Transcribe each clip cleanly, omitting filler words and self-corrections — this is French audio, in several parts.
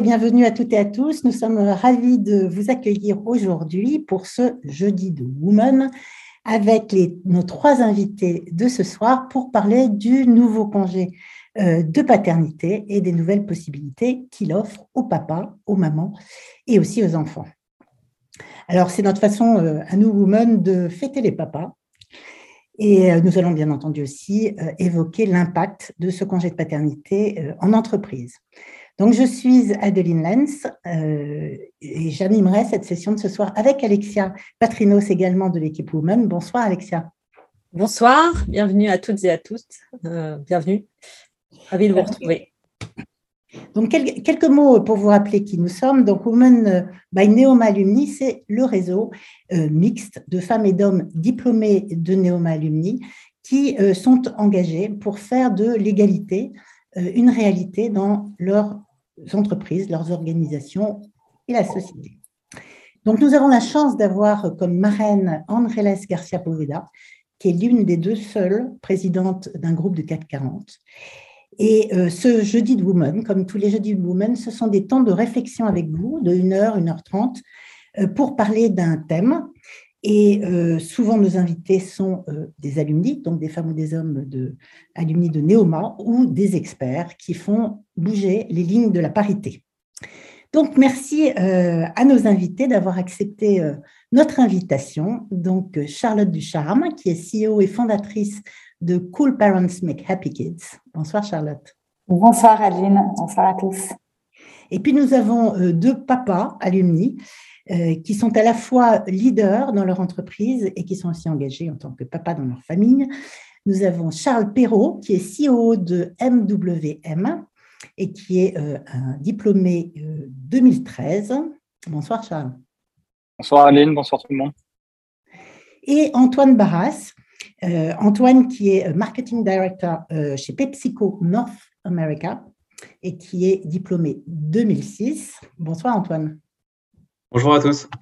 et bienvenue à toutes et à tous. Nous sommes ravis de vous accueillir aujourd'hui pour ce jeudi de Women avec nos trois invités de ce soir pour parler du nouveau congé de paternité et des nouvelles possibilités qu'il offre aux papas, aux mamans et aussi aux enfants. Alors, c'est notre façon à nous, Women, de fêter les papas. Et nous allons bien entendu aussi évoquer l'impact de ce congé de paternité en entreprise. Donc, je suis Adeline Lenz et j'animerai cette session de ce soir avec Alexia Patrinos, également de l'équipe Women. Bonsoir, Alexia. Bonsoir, bienvenue à toutes et à tous. Bienvenue, ravi de vous retrouver. Donc, quelques mots pour vous rappeler qui nous sommes. Donc, Women by Neoma Alumni, c'est le réseau mixte de femmes et d'hommes diplômés de Neoma Alumni qui sont engagés pour faire de l'égalité une réalité dans leurs entreprises, leurs organisations et la société. Donc, nous avons la chance d'avoir comme marraine Ángeles García Poveda, qui est l'une des deux seules présidentes d'un groupe de CAC 40. Et ce jeudi de Women, comme tous les jeudis de Women, ce sont des temps de réflexion avec vous, de 1h, 1h30, pour parler d'un thème. Et souvent, nos invités sont des alumni, donc des femmes ou des hommes alumni de Neoma, ou des experts qui font bouger les lignes de la parité. Donc, merci à nos invités d'avoir accepté notre invitation. Donc, Charlotte Ducharme, qui est CEO et fondatrice de Cool Parents Make Happy Kids. Bonsoir, Charlotte. Bonsoir, Adeline. Bonsoir à tous. Et puis, nous avons deux papas alumni qui sont à la fois leaders dans leur entreprise et qui sont aussi engagés en tant que papa dans leur famille. Nous avons Charles Perrault, qui est CEO de MWM et qui est un diplômé 2013. Bonsoir, Charles. Bonsoir, Aline. Bonsoir tout le monde. Et Antoine Barras. Antoine, qui est Marketing Director chez PepsiCo North America et qui est diplômé 2006. Bonsoir, Antoine. Bonjour à tous.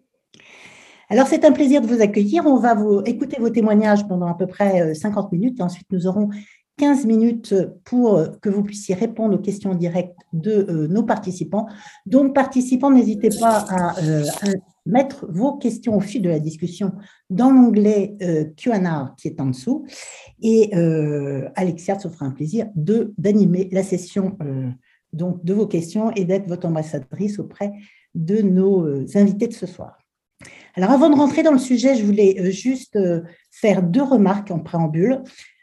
Alors, c'est un plaisir de vous accueillir. On va écouter vos témoignages pendant à peu près 50 minutes. Et ensuite, nous aurons 15 minutes pour que vous puissiez répondre aux questions directes de nos participants. Donc, participants, n'hésitez pas à mettre vos questions au fil de la discussion dans l'onglet Q&A qui est en dessous. Et Alexia se fera un plaisir d'animer la session donc de vos questions et d'être votre ambassadrice auprès de nos invités de ce soir. Alors, avant de rentrer dans le sujet, je voulais juste faire deux remarques en préambule.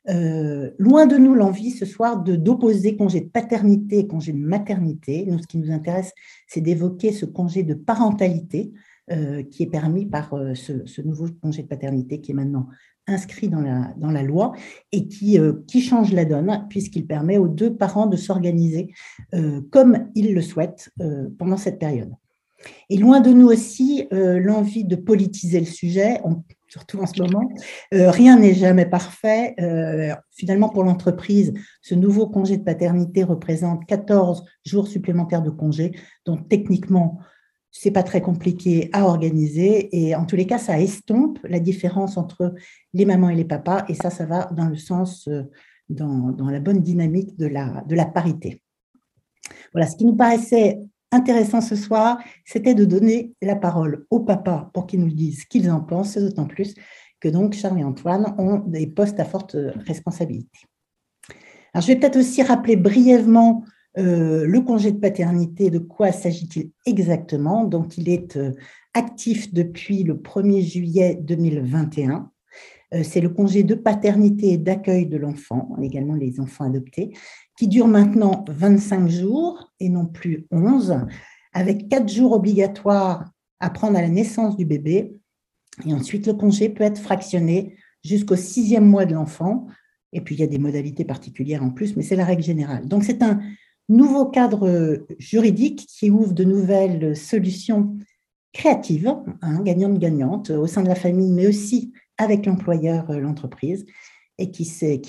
Loin de nous l'envie ce soir d'opposer congé de paternité et congé de maternité. Nous, ce qui nous intéresse, c'est d'évoquer ce congé de parentalité qui est permis par ce nouveau congé de paternité qui est maintenant inscrit dans la loi et qui change la donne puisqu'il permet aux deux parents de s'organiser comme ils le souhaitent pendant cette période. Et loin de nous aussi l'envie de politiser le sujet, surtout en ce moment. Rien n'est jamais parfait. Finalement, pour l'entreprise, ce nouveau congé de paternité représente 14 jours supplémentaires de congé, donc techniquement, ce n'est pas très compliqué à organiser. Et en tous les cas, ça estompe la différence entre les mamans et les papas. Et ça va dans le sens, dans la bonne dynamique de la parité. Voilà, ce qui nous paraissait intéressant ce soir, c'était de donner la parole aux papas pour qu'ils nous disent ce qu'ils en pensent, d'autant plus que donc Charles et Antoine ont des postes à forte responsabilité. Alors, je vais peut-être aussi rappeler brièvement le congé de paternité, de quoi s'agit-il exactement. Donc, il est actif depuis le 1er juillet 2021. C'est le congé de paternité et d'accueil de l'enfant, également les enfants adoptés, qui dure maintenant 25 jours et non plus 11, avec 4 jours obligatoires à prendre à la naissance du bébé. Et ensuite, le congé peut être fractionné jusqu'au 6e mois de l'enfant. Et puis, il y a des modalités particulières en plus, mais c'est la règle générale. Donc, c'est un nouveau cadre juridique qui ouvre de nouvelles solutions créatives, gagnantes-gagnantes, au sein de la famille, mais aussi avec l'employeur, l'entreprise, et qui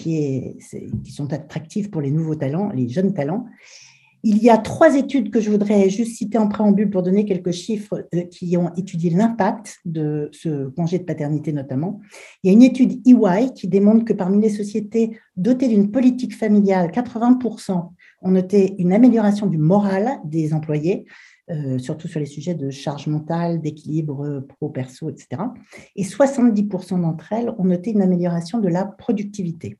sont attractives pour les nouveaux talents, les jeunes talents. Il y a 3 études que je voudrais juste citer en préambule pour donner quelques chiffres qui ont étudié l'impact de ce congé de paternité notamment. Il y a une étude EY qui démontre que parmi les sociétés dotées d'une politique familiale, 80% ont noté une amélioration du moral des employés, surtout sur les sujets de charge mentale, d'équilibre pro-perso, etc. Et 70% d'entre elles ont noté une amélioration de la productivité.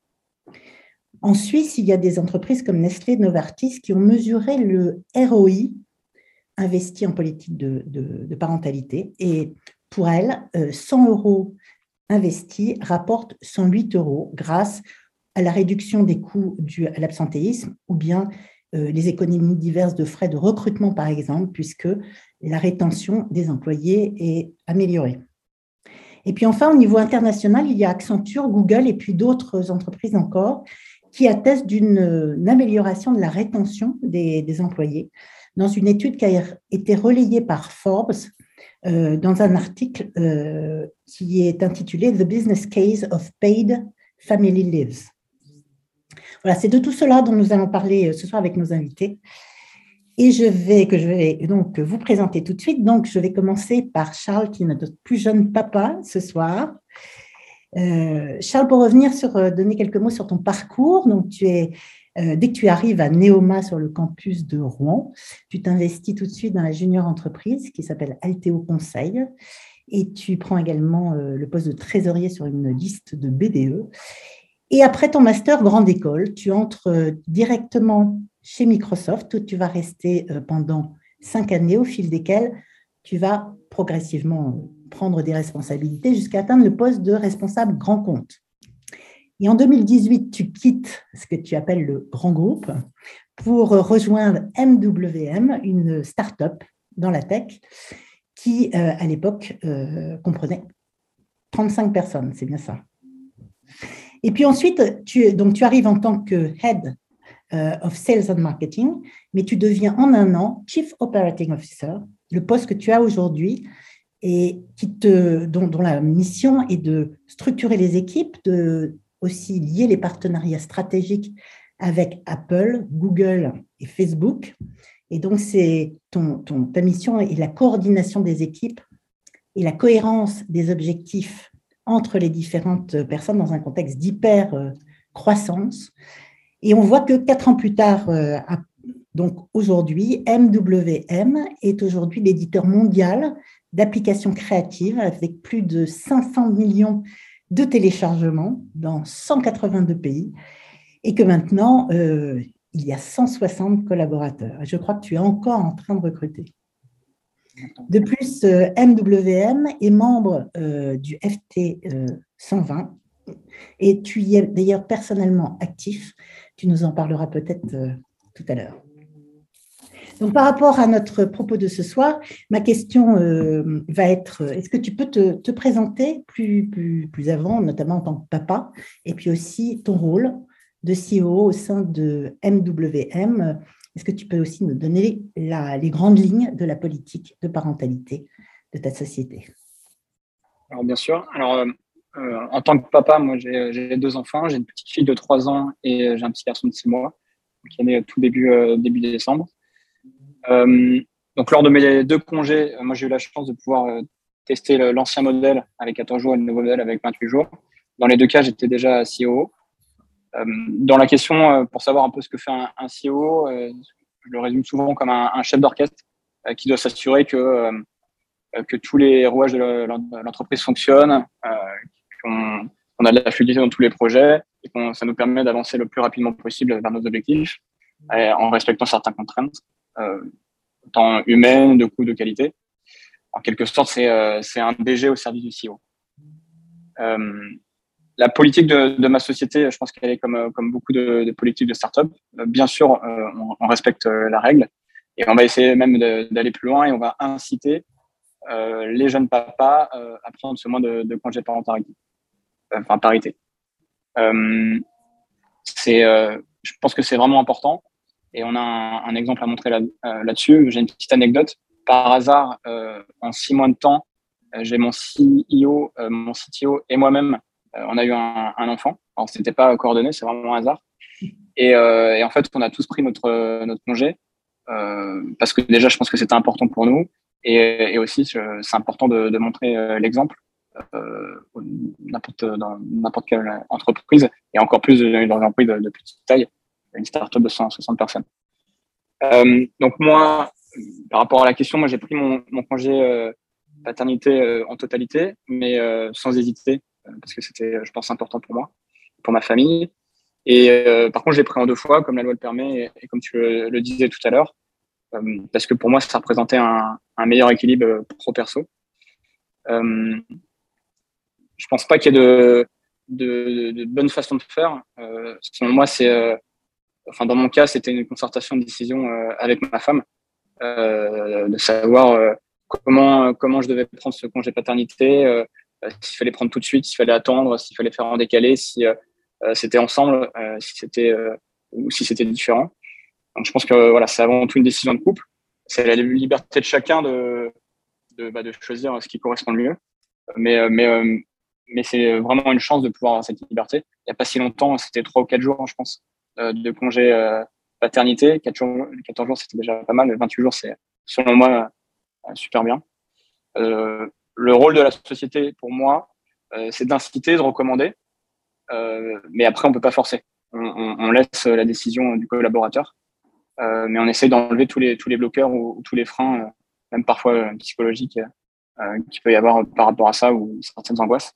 En Suisse, il y a des entreprises comme Nestlé, Novartis qui ont mesuré le ROI investi en politique de parentalité. Et pour elles, 100 € investis rapportent 108 € grâce à la réduction des coûts dus à l'absentéisme ou bien les économies diverses de frais de recrutement, par exemple, puisque la rétention des employés est améliorée. Et puis enfin, au niveau international, il y a Accenture, Google et puis d'autres entreprises encore qui attestent d'une amélioration de la rétention des employés dans une étude qui a été relayée par Forbes dans un article qui est intitulé « The Business Case of Paid Family Leaves ». Voilà, c'est de tout cela dont nous allons parler ce soir avec nos invités. Et je vais donc vous présenter tout de suite. Donc, je vais commencer par Charles, qui est notre plus jeune papa ce soir. Charles, pour revenir donner quelques mots sur ton parcours, donc dès que tu arrives à Neoma sur le campus de Rouen, tu t'investis tout de suite dans la junior entreprise qui s'appelle Alteo Conseil et tu prends également le poste de trésorier sur une liste de BDE. Et après ton master grande école, tu entres directement chez Microsoft où tu vas rester pendant 5 années au fil desquelles tu vas progressivement prendre des responsabilités jusqu'à atteindre le poste de responsable grand compte. Et en 2018, tu quittes ce que tu appelles le grand groupe pour rejoindre MWM, une start-up dans la tech qui, à l'époque, comprenait 35 personnes, c'est bien ça. Et puis ensuite, tu arrives en tant que Head of Sales and Marketing, mais tu deviens en un an Chief Operating Officer, le poste que tu as aujourd'hui et dont la mission est de structurer les équipes, de aussi lier les partenariats stratégiques avec Apple, Google et Facebook. Et donc, ta mission est la coordination des équipes et la cohérence des objectifs entre les différentes personnes dans un contexte d'hyper-croissance. Et on voit que 4 ans plus tard, donc aujourd'hui, MWM est aujourd'hui l'éditeur mondial d'applications créatives avec plus de 500 millions de téléchargements dans 182 pays et que maintenant, il y a 160 collaborateurs. Je crois que tu es encore en train de recruter. De plus, MWM est membre du FT 120 et tu y es d'ailleurs personnellement actif. Tu nous en parleras peut-être tout à l'heure. Donc, par rapport à notre propos de ce soir, ma question va être, est-ce que tu peux te présenter plus avant, notamment en tant que papa, et puis aussi ton rôle de CEO au sein de MWM. Est-ce que tu peux aussi nous donner les grandes lignes de la politique de parentalité de ta société? Alors, bien sûr. Alors, en tant que papa, moi, j'ai 2 enfants. J'ai une petite fille de 3 ans et j'ai un petit garçon de 6 mois qui est né tout début décembre. Donc, lors de mes 2 congés, moi, j'ai eu la chance de pouvoir tester l'ancien modèle avec 14 jours et le nouveau modèle avec 28 jours. Dans les 2 cas, j'étais déjà CEO. Dans la question, pour savoir un peu ce que fait un CEO, je le résume souvent comme un chef d'orchestre qui doit s'assurer que tous les rouages de l'entreprise fonctionnent, qu'on a de la fluidité dans tous les projets et que ça nous permet d'avancer le plus rapidement possible vers nos objectifs en respectant certaines contraintes, tant humaines, de coût, de qualité. En quelque sorte, c'est un DG au service du CEO. La politique de ma société, je pense qu'elle est comme beaucoup de politiques de start-up. Bien sûr, on respecte la règle et on va essayer même d'aller plus loin et on va inciter les jeunes papas à prendre ce mois de congé parentalité. Parité. Je pense que c'est vraiment important et on a un exemple à montrer là-dessus. J'ai une petite anecdote. Par hasard, en 6 mois de temps, j'ai mon CEO, mon CTO et moi-même, on a eu un enfant. Alors, ce n'était pas coordonné, c'est vraiment un hasard. Et en fait, on a tous pris notre congé parce que déjà, je pense que c'était important pour nous. Et aussi, c'est important de montrer l'exemple dans n'importe quelle entreprise et encore plus dans une entreprise de petite taille. une start-up de 160 personnes. Donc moi, par rapport à la question, moi j'ai pris mon congé paternité en totalité, mais sans hésiter, parce que c'était, je pense, important pour moi, pour ma famille. Et par contre, je l'ai pris en 2 fois, comme la loi le permet, et comme tu le disais tout à l'heure, parce que pour moi, ça représentait un meilleur équilibre pro-perso. Je pense pas qu'il y ait de bonne façon de faire. Selon moi, dans mon cas, c'était une concertation de décision avec ma femme, de savoir comment je devais prendre ce congé paternité, s'il fallait prendre tout de suite, s'il fallait attendre, s'il fallait faire en décalé, si c'était ensemble, ou si c'était différent. Donc, je pense que voilà, c'est avant tout une décision de couple. C'est la liberté de chacun de choisir ce qui correspond le mieux. Mais c'est vraiment une chance de pouvoir avoir cette liberté. Il n'y a pas si longtemps, c'était 3 ou 4 jours, je pense, de congé paternité. 14 jours, c'était déjà pas mal. 28 jours, c'est, selon moi, super bien. Le rôle de la société, pour moi, c'est d'inciter, de recommander. Mais après, on peut pas forcer. On laisse la décision du collaborateur. Mais on essaie d'enlever tous les bloqueurs ou tous les freins, même parfois psychologiques, qu'il peut y avoir par rapport à ça ou certaines angoisses.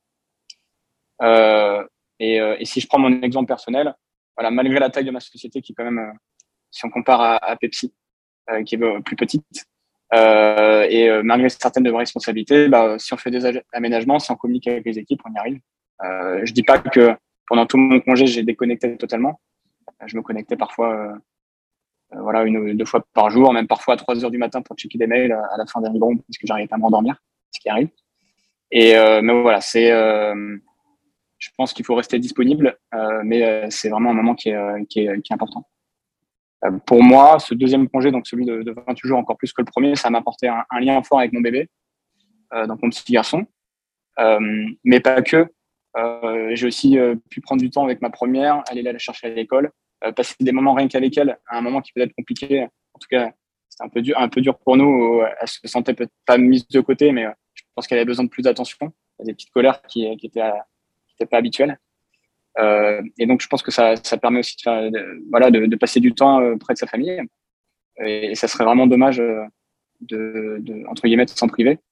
Et si je prends mon exemple personnel, voilà, malgré la taille de ma société qui est quand même, si on compare à Pepsi, qui est plus petite, malgré certaines de mes responsabilités, si on fait des aménagements, si on communique avec les équipes, on y arrive. Je dis pas que pendant tout mon congé, j'ai déconnecté totalement. Je me connectais parfois 1 ou 2 fois par jour, même parfois à 3 heures du matin pour checker des mails à la fin d'un livre parce que j'arrivais pas à me rendormir, ce qui arrive. Mais voilà, je pense qu'il faut rester disponible, mais c'est vraiment un moment qui est important. Pour moi, ce deuxième congé, donc celui de 28 jours, encore plus que le premier, ça m'a apporté un lien fort avec mon bébé, donc mon petit garçon. Mais pas que. J'ai aussi pu prendre du temps avec ma première, aller la chercher à l'école, passer des moments rien qu'avec elle, à un moment qui peut être compliqué. En tout cas, c'était un peu dur pour nous. Elle se sentait peut-être pas mise de côté, mais je pense qu'elle avait besoin de plus d'attention. Des petites colères qui étaient pas habituelles. Et donc, je pense que ça permet aussi de passer du temps près de sa famille. Et ça serait vraiment dommage entre guillemets, de s'en priver.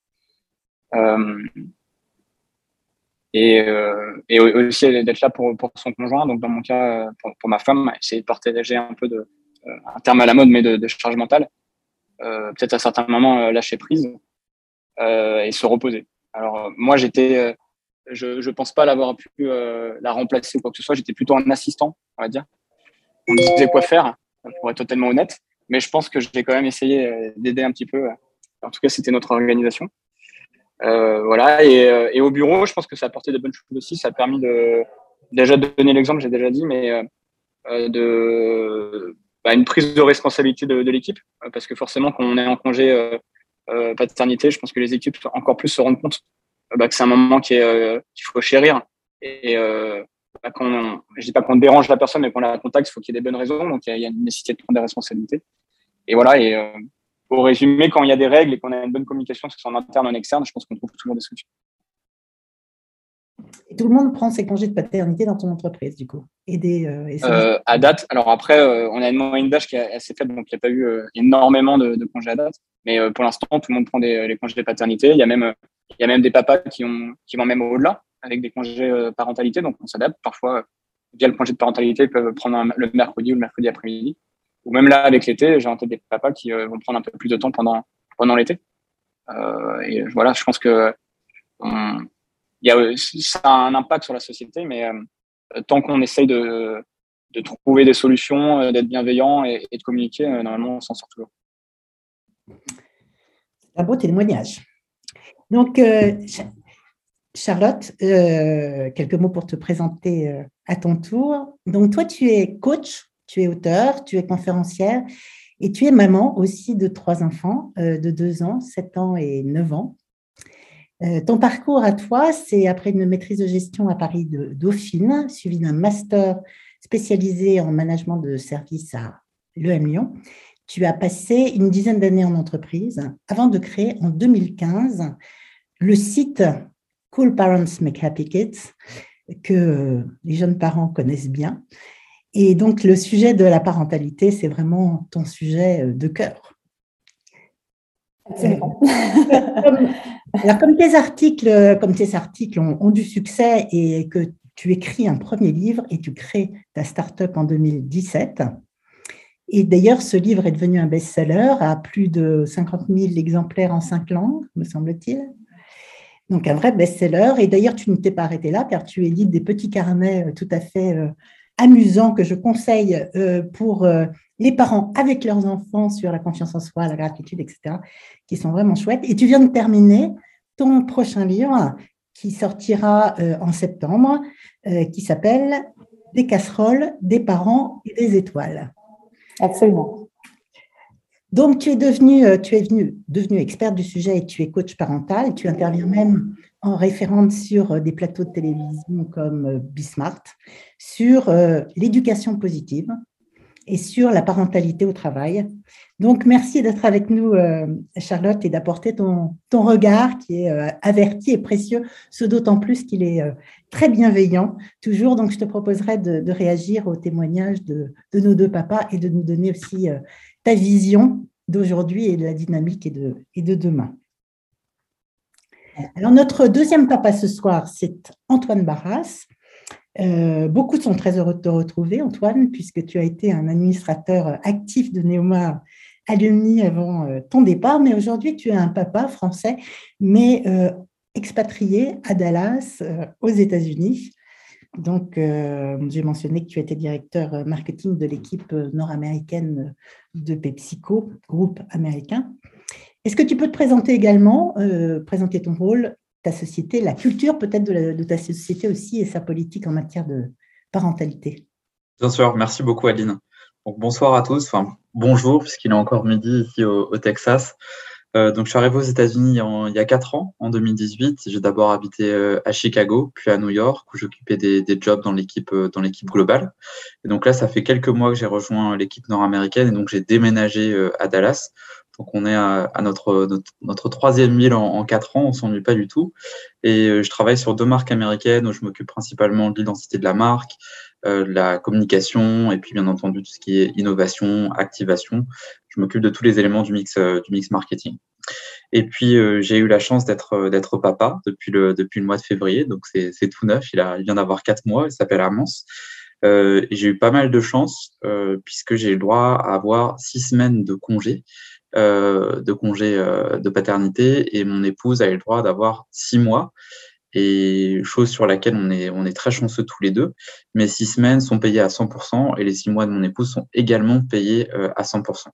Et aussi d'être là pour son conjoint. Donc, dans mon cas, pour ma femme, essayer de partager un peu un terme à la mode, mais de charge mentale. Peut-être à certains moments lâcher prise et se reposer. Alors, moi, je pense pas l'avoir pu la remplacer ou quoi que ce soit. J'étais plutôt un assistant, on va dire. On me disait quoi faire, pour être totalement honnête. Mais je pense que j'ai quand même essayé d'aider un petit peu. En tout cas, c'était notre organisation. Voilà. Et au bureau, je pense que ça a apporté de bonnes choses aussi. Ça a permis déjà de donner l'exemple, j'ai déjà dit, mais une prise de responsabilité de l'équipe. Parce que forcément, quand on est en congé paternité, je pense que les équipes encore plus se rendent compte que c'est un moment qu'il faut chérir. Et je dis pas qu'on dérange la personne, mais qu'on la contacte, il faut qu'il y ait des bonnes raisons. Donc, il y a une nécessité de prendre des responsabilités. Et voilà. Et pour résumer, quand il y a des règles et qu'on a une bonne communication, que ce soit en interne ou en externe, je pense qu'on trouve toujours des solutions. Et tout le monde prend ses congés de paternité dans ton entreprise, du coup. À date, alors après, on a une moyenne d'âge qui est assez faible, donc il n'y a pas eu énormément de congés à date. Mais pour l'instant, tout le monde prend les congés de paternité. Il y a même des papas qui vont même au-delà avec des congés parentalité. Donc, on s'adapte. Parfois, via le congé de parentalité, ils peuvent prendre le mercredi ou le mercredi après-midi. Ou même là, avec l'été, j'ai en tête des papas qui vont prendre un peu plus de temps pendant l'été. Et voilà, je pense que ça a un impact sur la société, mais tant qu'on essaye de trouver des solutions, d'être bienveillant et de communiquer, normalement, on s'en sort toujours. Un beau témoignage. Donc, Charlotte, quelques mots pour te présenter à ton tour. Donc, toi, tu es coach, tu es auteur, tu es conférencière et tu es maman aussi de 3 enfants de 2 ans, 7 ans et 9 ans. Ton parcours à toi, c'est après une maîtrise de gestion à Paris de Dauphine, suivi d'un master spécialisé en management de services à l'EM Lyon. Tu as passé une dizaine d'années en entreprise avant de créer en 2015 le site Cool Parents Make Happy Kids, que les jeunes parents connaissent bien. Et donc, le sujet de la parentalité, c'est vraiment ton sujet de cœur. Absolument. Alors, comme tes articles ont du succès et que tu écris un premier livre et tu crées ta start-up en 2017. Et d'ailleurs, ce livre est devenu un best-seller à plus de 50 000 exemplaires en 5 langues, me semble-t-il. Donc, un vrai best-seller. Et d'ailleurs, tu ne t'es pas arrêté là, car tu édites des petits carnets tout à fait amusants que je conseille pour les parents avec leurs enfants sur la confiance en soi, la gratitude, etc., qui sont vraiment chouettes. Et tu viens de terminer ton prochain livre qui sortira en septembre, qui s'appelle « Des casseroles, des parents et des étoiles ». Absolument. Donc, tu es devenue experte du sujet et tu es coach parental. Tu interviens même en référente sur des plateaux de télévision comme Bismart, sur l'éducation positive et sur la parentalité au travail. Donc, merci d'être avec nous, Charlotte, et d'apporter ton regard qui est averti et précieux, ce d'autant plus qu'il est très bienveillant, toujours. Donc, je te proposerai de réagir au témoignage de nos deux papas et de nous donner aussi ta vision d'aujourd'hui et de la dynamique et de demain. Alors, notre deuxième papa ce soir, c'est Antoine Barras. Beaucoup sont très heureux de te retrouver, Antoine, puisque tu as été un administrateur actif de Neoma Alumni avant ton départ, mais aujourd'hui, tu es un papa français, mais expatrié à Dallas, aux États-Unis. Donc, j'ai mentionné que tu étais directeur marketing de l'équipe nord-américaine de PepsiCo, groupe américain. Est-ce que tu peux te présenter également, présenter ton rôle, ta société, la culture peut-être de ta société aussi et sa politique en matière de parentalité? Bien sûr, merci beaucoup Aline. Donc, bonsoir à tous, enfin bonjour puisqu'il est encore midi ici au Texas. Donc je suis arrivé aux États-Unis il y a 4 ans, en 2018. J'ai d'abord habité à Chicago, puis à New York, où j'occupais des jobs dans l'équipe globale. Et donc là, ça fait quelques mois que j'ai rejoint l'équipe nord-américaine et donc j'ai déménagé à Dallas. Donc on est à notre troisième ville en 4 ans, on s'ennuie pas du tout. Et je travaille sur 2 marques américaines où je m'occupe principalement de l'identité de la marque, de la communication et puis bien entendu tout ce qui est innovation, activation. Je m'occupe de tous les éléments du mix marketing. Et puis j'ai eu la chance d'être papa depuis le mois de février, donc c'est tout neuf. Il vient d'avoir 4 mois. Il s'appelle Amos. Et j'ai eu pas mal de chance puisque j'ai eu le droit à avoir 6 semaines de congé. De paternité et mon épouse a eu le droit d'avoir 6 mois et chose sur laquelle on est très chanceux tous les deux. Mes 6 semaines sont payées à 100% et les 6 mois de mon épouse sont également payés à 100%.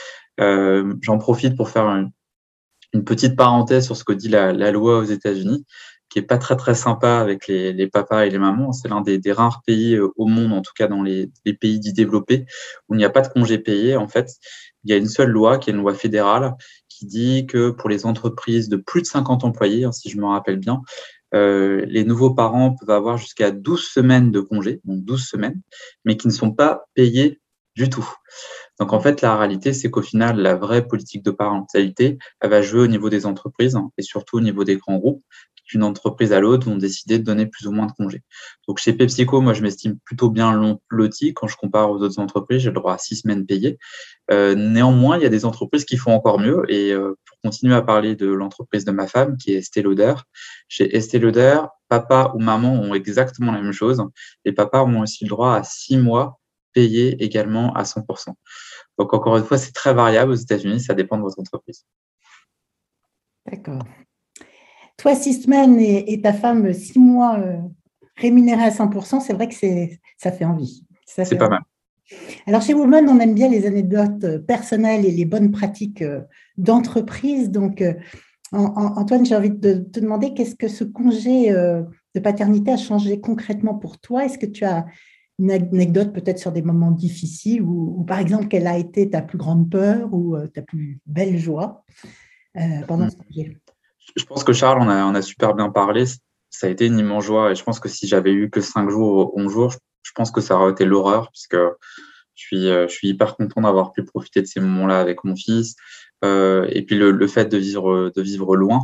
J'en profite pour faire une petite parenthèse sur ce que dit la loi aux États-Unis, qui est pas très très sympa avec les papas et les mamans. C'est l'un des rares pays au monde, en tout cas dans les pays dits développés, où il n'y a pas de congé payé. En fait, il y a une seule loi, qui est une loi fédérale, qui dit que pour les entreprises de plus de 50 employés, si je me rappelle bien, les nouveaux parents peuvent avoir jusqu'à 12 semaines de congé, donc 12 semaines, mais qui ne sont pas payés du tout. Donc, en fait, la réalité, c'est qu'au final, la vraie politique de parentalité, elle va jouer au niveau des entreprises et surtout au niveau des grands groupes qui, d'une entreprise à l'autre, vont décider de donner plus ou moins de congés. Donc, chez PepsiCo, moi, je m'estime plutôt bien loti quand je compare aux autres entreprises. J'ai le droit à 6 semaines payées. Néanmoins, il y a des entreprises qui font encore mieux. Et pour continuer à parler de l'entreprise de ma femme, qui est Estée Lauder, chez Estée Lauder, papa ou maman ont exactement la même chose. Les papas ont aussi le droit à 6 mois payés également à 100%. Donc, encore une fois, c'est très variable aux États-Unis, ça dépend de votre entreprise. D'accord. Toi, 6 semaines et ta femme 6 mois rémunérés à 100%, c'est vrai que ça fait envie. C'est pas mal. Alors, chez Women, on aime bien les anecdotes personnelles et les bonnes pratiques d'entreprise. Donc, Antoine, j'ai envie de te demander qu'est-ce que ce congé de paternité a changé concrètement pour toi? Est-ce que tu as une anecdote peut-être sur des moments difficiles ou par exemple, quelle a été ta plus grande peur ou ta plus belle joie pendant ce congé? Je pense que Charles, on a super bien parlé. Ça a été une immense joie et je pense que si j'avais eu que 5 jours, 11 jours, je pense que ça aurait été l'horreur puisque je suis hyper content d'avoir pu profiter de ces moments-là avec mon fils. Et puis le fait de vivre loin,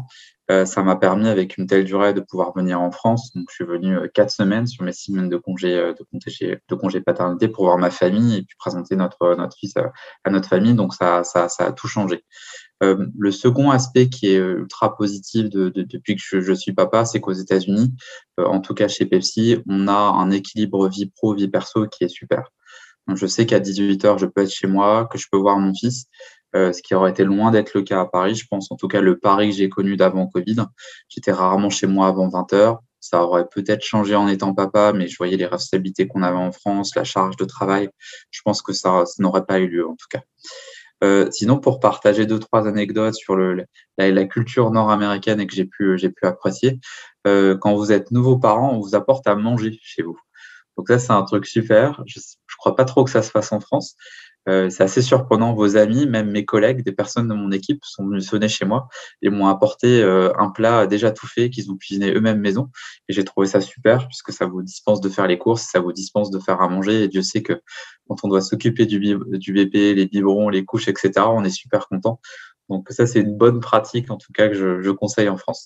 Ça m'a permis, avec une telle durée, de pouvoir venir en France. Donc, je suis venu 4 semaines sur mes 6 semaines de congé paternité pour voir ma famille et puis présenter notre fils à notre famille. Donc, ça a tout changé. Le second aspect qui est ultra positif depuis que je suis papa, c'est qu'aux États-Unis, en tout cas chez Pepsi, on a un équilibre vie pro, vie perso qui est super. Donc, je sais qu'à 18h, je peux être chez moi, que je peux voir mon fils, ce qui aurait été loin d'être le cas à Paris. Je pense en tout cas le Paris que j'ai connu d'avant Covid. J'étais rarement chez moi avant 20h. Ça aurait peut-être changé en étant papa, mais je voyais les responsabilités qu'on avait en France, la charge de travail. Je pense que ça n'aurait pas eu lieu en tout cas. Sinon, pour partager 2-3 anecdotes sur la culture nord-américaine et que j'ai pu apprécier, quand vous êtes nouveaux parents, on vous apporte à manger chez vous. Donc ça, c'est un truc super. Je crois pas trop que ça se fasse en France. C'est assez surprenant. Vos amis, même mes collègues, des personnes de mon équipe sont venus sonner chez moi et m'ont apporté un plat déjà tout fait qu'ils ont cuisiné eux-mêmes maison. Et j'ai trouvé ça super puisque ça vous dispense de faire les courses, ça vous dispense de faire à manger. Et Dieu sait que quand on doit s'occuper du bébé, les biberons, les couches, etc., on est super content. Donc ça, c'est une bonne pratique en tout cas que je conseille en France.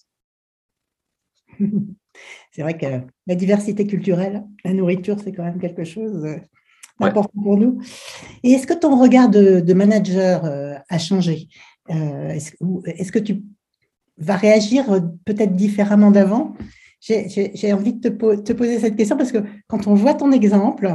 C'est vrai que la diversité culturelle, la nourriture, c'est quand même quelque chose d'important pour nous. Et est-ce que ton regard de manager a changé? Est-ce que tu vas réagir peut-être différemment d'avant? J'ai envie de te poser cette question parce que quand on voit ton exemple,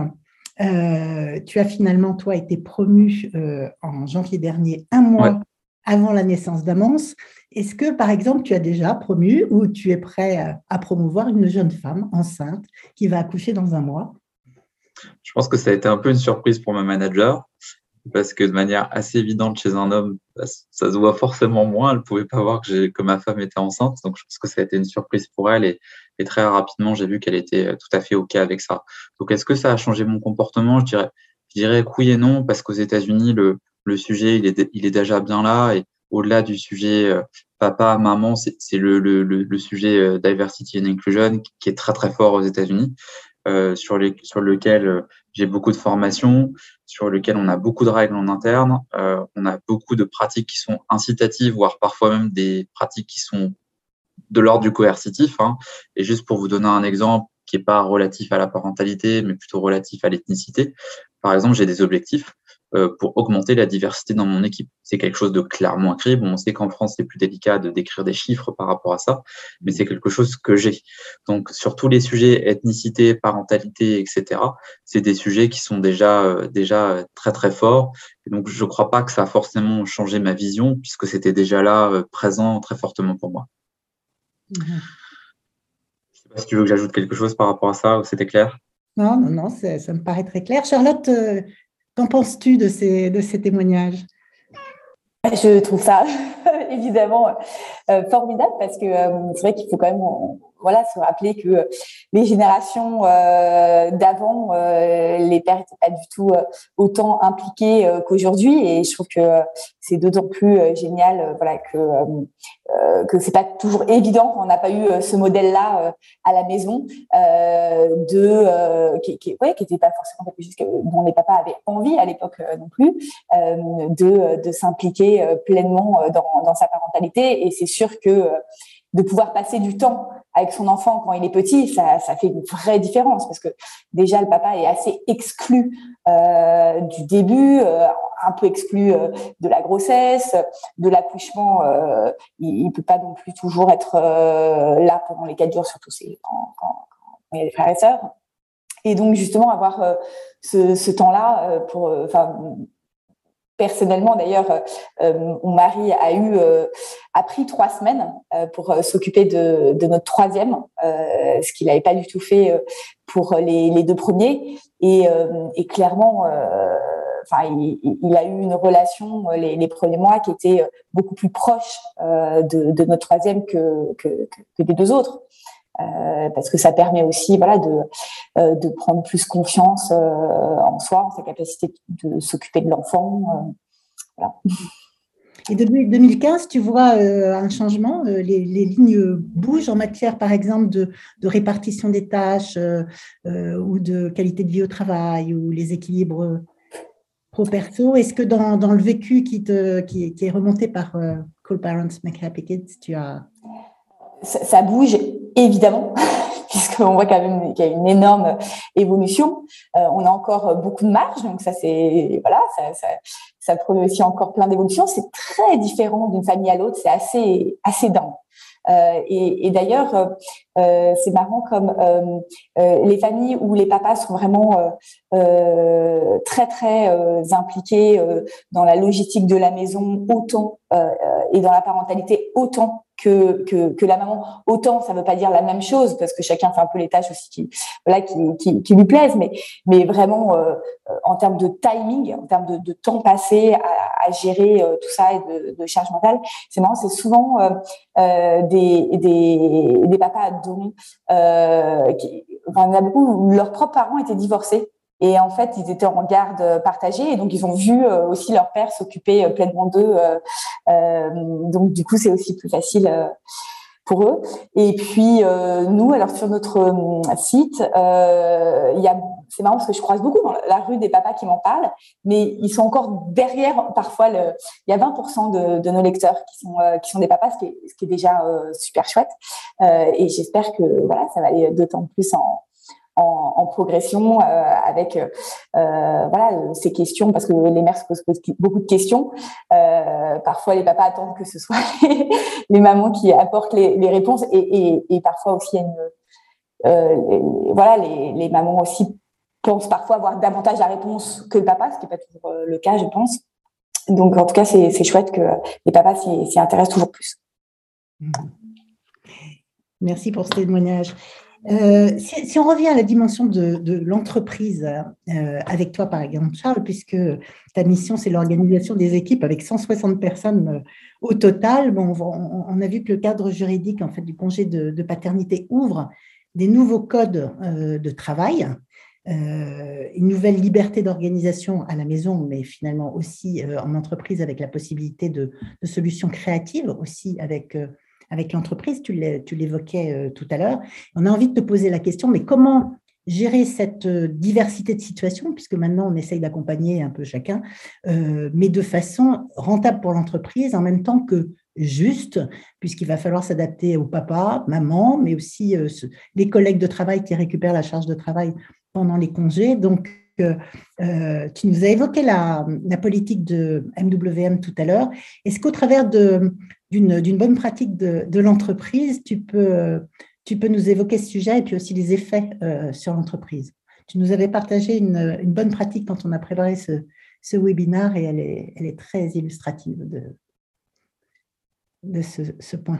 tu as finalement, toi, été promu en janvier dernier, un mois avant la naissance d'Amance. Est-ce que, par exemple, tu as déjà promu ou tu es prêt à promouvoir une jeune femme enceinte qui va accoucher dans un mois? Je pense que ça a été un peu une surprise pour ma manager parce que de manière assez évidente chez un homme, ça se voit forcément moins. Elle ne pouvait pas voir que ma femme était enceinte. Donc, je pense que ça a été une surprise pour elle et très rapidement, j'ai vu qu'elle était tout à fait OK avec ça. Donc, est-ce que ça a changé mon comportement? Je dirais que oui et non parce qu'aux États-Unis, le sujet, il est déjà bien là et au-delà du sujet papa, maman, c'est le sujet diversity and inclusion qui est très, très fort aux États-Unis. Sur lequel j'ai beaucoup de formations, sur lequel on a beaucoup de règles en interne, on a beaucoup de pratiques qui sont incitatives, voire parfois même des pratiques qui sont de l'ordre du coercitif. Et juste pour vous donner un exemple qui n'est pas relatif à la parentalité, mais plutôt relatif à l'ethnicité, par exemple, j'ai des objectifs pour augmenter la diversité dans mon équipe. C'est quelque chose de clairement écrit. Bon, on sait qu'en France, c'est plus délicat de décrire des chiffres par rapport à ça, mais c'est quelque chose que j'ai. Donc, sur tous les sujets ethnicité, parentalité, etc., c'est des sujets qui sont déjà très, très forts. Et donc, je ne crois pas que ça a forcément changé ma vision, puisque c'était déjà là, présent très fortement pour moi. Je ne sais pas si tu veux que j'ajoute quelque chose par rapport à ça, ou c'était clair? Non, ça me paraît très clair. Charlotte, qu'en penses-tu de ces témoignages? Je trouve ça évidemment formidable parce que c'est vrai qu'il faut quand même se rappeler que les générations d'avant, les pères n'étaient pas du tout autant impliqués qu'aujourd'hui, et je trouve que c'est d'autant plus génial que c'est pas toujours évident quand on n'a pas eu ce modèle-là à la maison qui était pas forcément quelque chose dont les papas avaient envie à l'époque non plus, de s'impliquer pleinement dans sa parentalité. Et c'est sûr que de pouvoir passer du temps avec son enfant quand il est petit, ça fait une vraie différence, parce que déjà le papa est assez exclu du début, un peu exclu de la grossesse, de l'accouchement. Il peut pas non plus toujours être là pendant les 4 jours, surtout quand il y a des frères et sœurs. Et donc justement avoir ce temps-là personnellement, d'ailleurs, mon mari a pris 3 semaines pour s'occuper de notre 3e, ce qu'il n'avait pas du tout fait pour les 2 premiers. Et clairement, il a eu une relation les premiers mois qui était beaucoup plus proche de notre 3e que des 2 autres. Parce que ça permet aussi de prendre plus confiance en soi, en sa capacité de s'occuper de l'enfant. Voilà. Et depuis 2015, tu vois un changement, les lignes bougent en matière, par exemple, de répartition des tâches ou de qualité de vie au travail ou les équilibres pro-perso. Est-ce que dans le vécu qui est remonté par Cool Parents Make Happy Kids, tu as ça bouge évidemment, puisqu'on voit quand même qu'il y a une énorme évolution. On a encore beaucoup de marge, donc ça ça promet aussi encore plein d'évolutions. C'est très différent d'une famille à l'autre, c'est assez dingue. Et d'ailleurs, c'est marrant comme les familles où les papas sont vraiment très très impliqués dans la logistique de la maison autant et dans la parentalité autant que la maman. Autant, ça veut pas dire la même chose parce que chacun fait un peu les tâches aussi qui lui plaisent, mais vraiment en termes de timing, en termes de temps passé à gérer tout ça et de charge mentale, c'est marrant, c'est souvent des papas dont il y en a beaucoup où leurs propres parents étaient divorcés. Et en fait, ils étaient en garde partagée et donc ils ont vu aussi leur père s'occuper pleinement d'eux. Donc du coup, c'est aussi plus facile pour eux. Et puis nous, alors sur notre site, c'est marrant parce que je croise beaucoup dans la rue des papas qui m'en parlent, mais ils sont encore derrière. Parfois, il y a 20% de nos lecteurs qui sont des papas, ce qui est déjà super chouette. Et j'espère que voilà, ça va aller d'autant plus en progression avec ces questions, parce que les mères se posent beaucoup de questions. Parfois, les papas attendent que ce soit les mamans qui apportent les réponses, et parfois aussi, les mamans aussi pensent parfois avoir davantage la réponse que le papa, ce qui n'est pas toujours le cas, je pense. Donc, en tout cas, c'est chouette que les papas s'y intéressent toujours plus. Merci pour ce témoignage. Si on revient à la dimension de l'entreprise avec toi, par exemple, Charles, puisque ta mission, c'est l'organisation des équipes avec 160 personnes au total. Bon, on a vu que le cadre juridique en fait, du congé de paternité ouvre des nouveaux codes de travail, une nouvelle liberté d'organisation à la maison, mais finalement aussi en entreprise avec la possibilité de solutions créatives aussi avec l'entreprise, tu l'évoquais tout à l'heure. On a envie de te poser la question, mais comment gérer cette diversité de situations, puisque maintenant on essaye d'accompagner un peu chacun, mais de façon rentable pour l'entreprise, en même temps que juste, puisqu'il va falloir s'adapter au papa, maman, mais aussi les collègues de travail qui récupèrent la charge de travail pendant les congés. Donc, tu nous as évoqué la politique de MWM tout à l'heure. Est-ce qu'au travers d'une bonne pratique de l'entreprise, tu peux nous évoquer ce sujet et puis aussi les effets sur l'entreprise? Tu nous avais partagé une bonne pratique quand on a préparé ce webinaire et elle est très illustrative de ce point.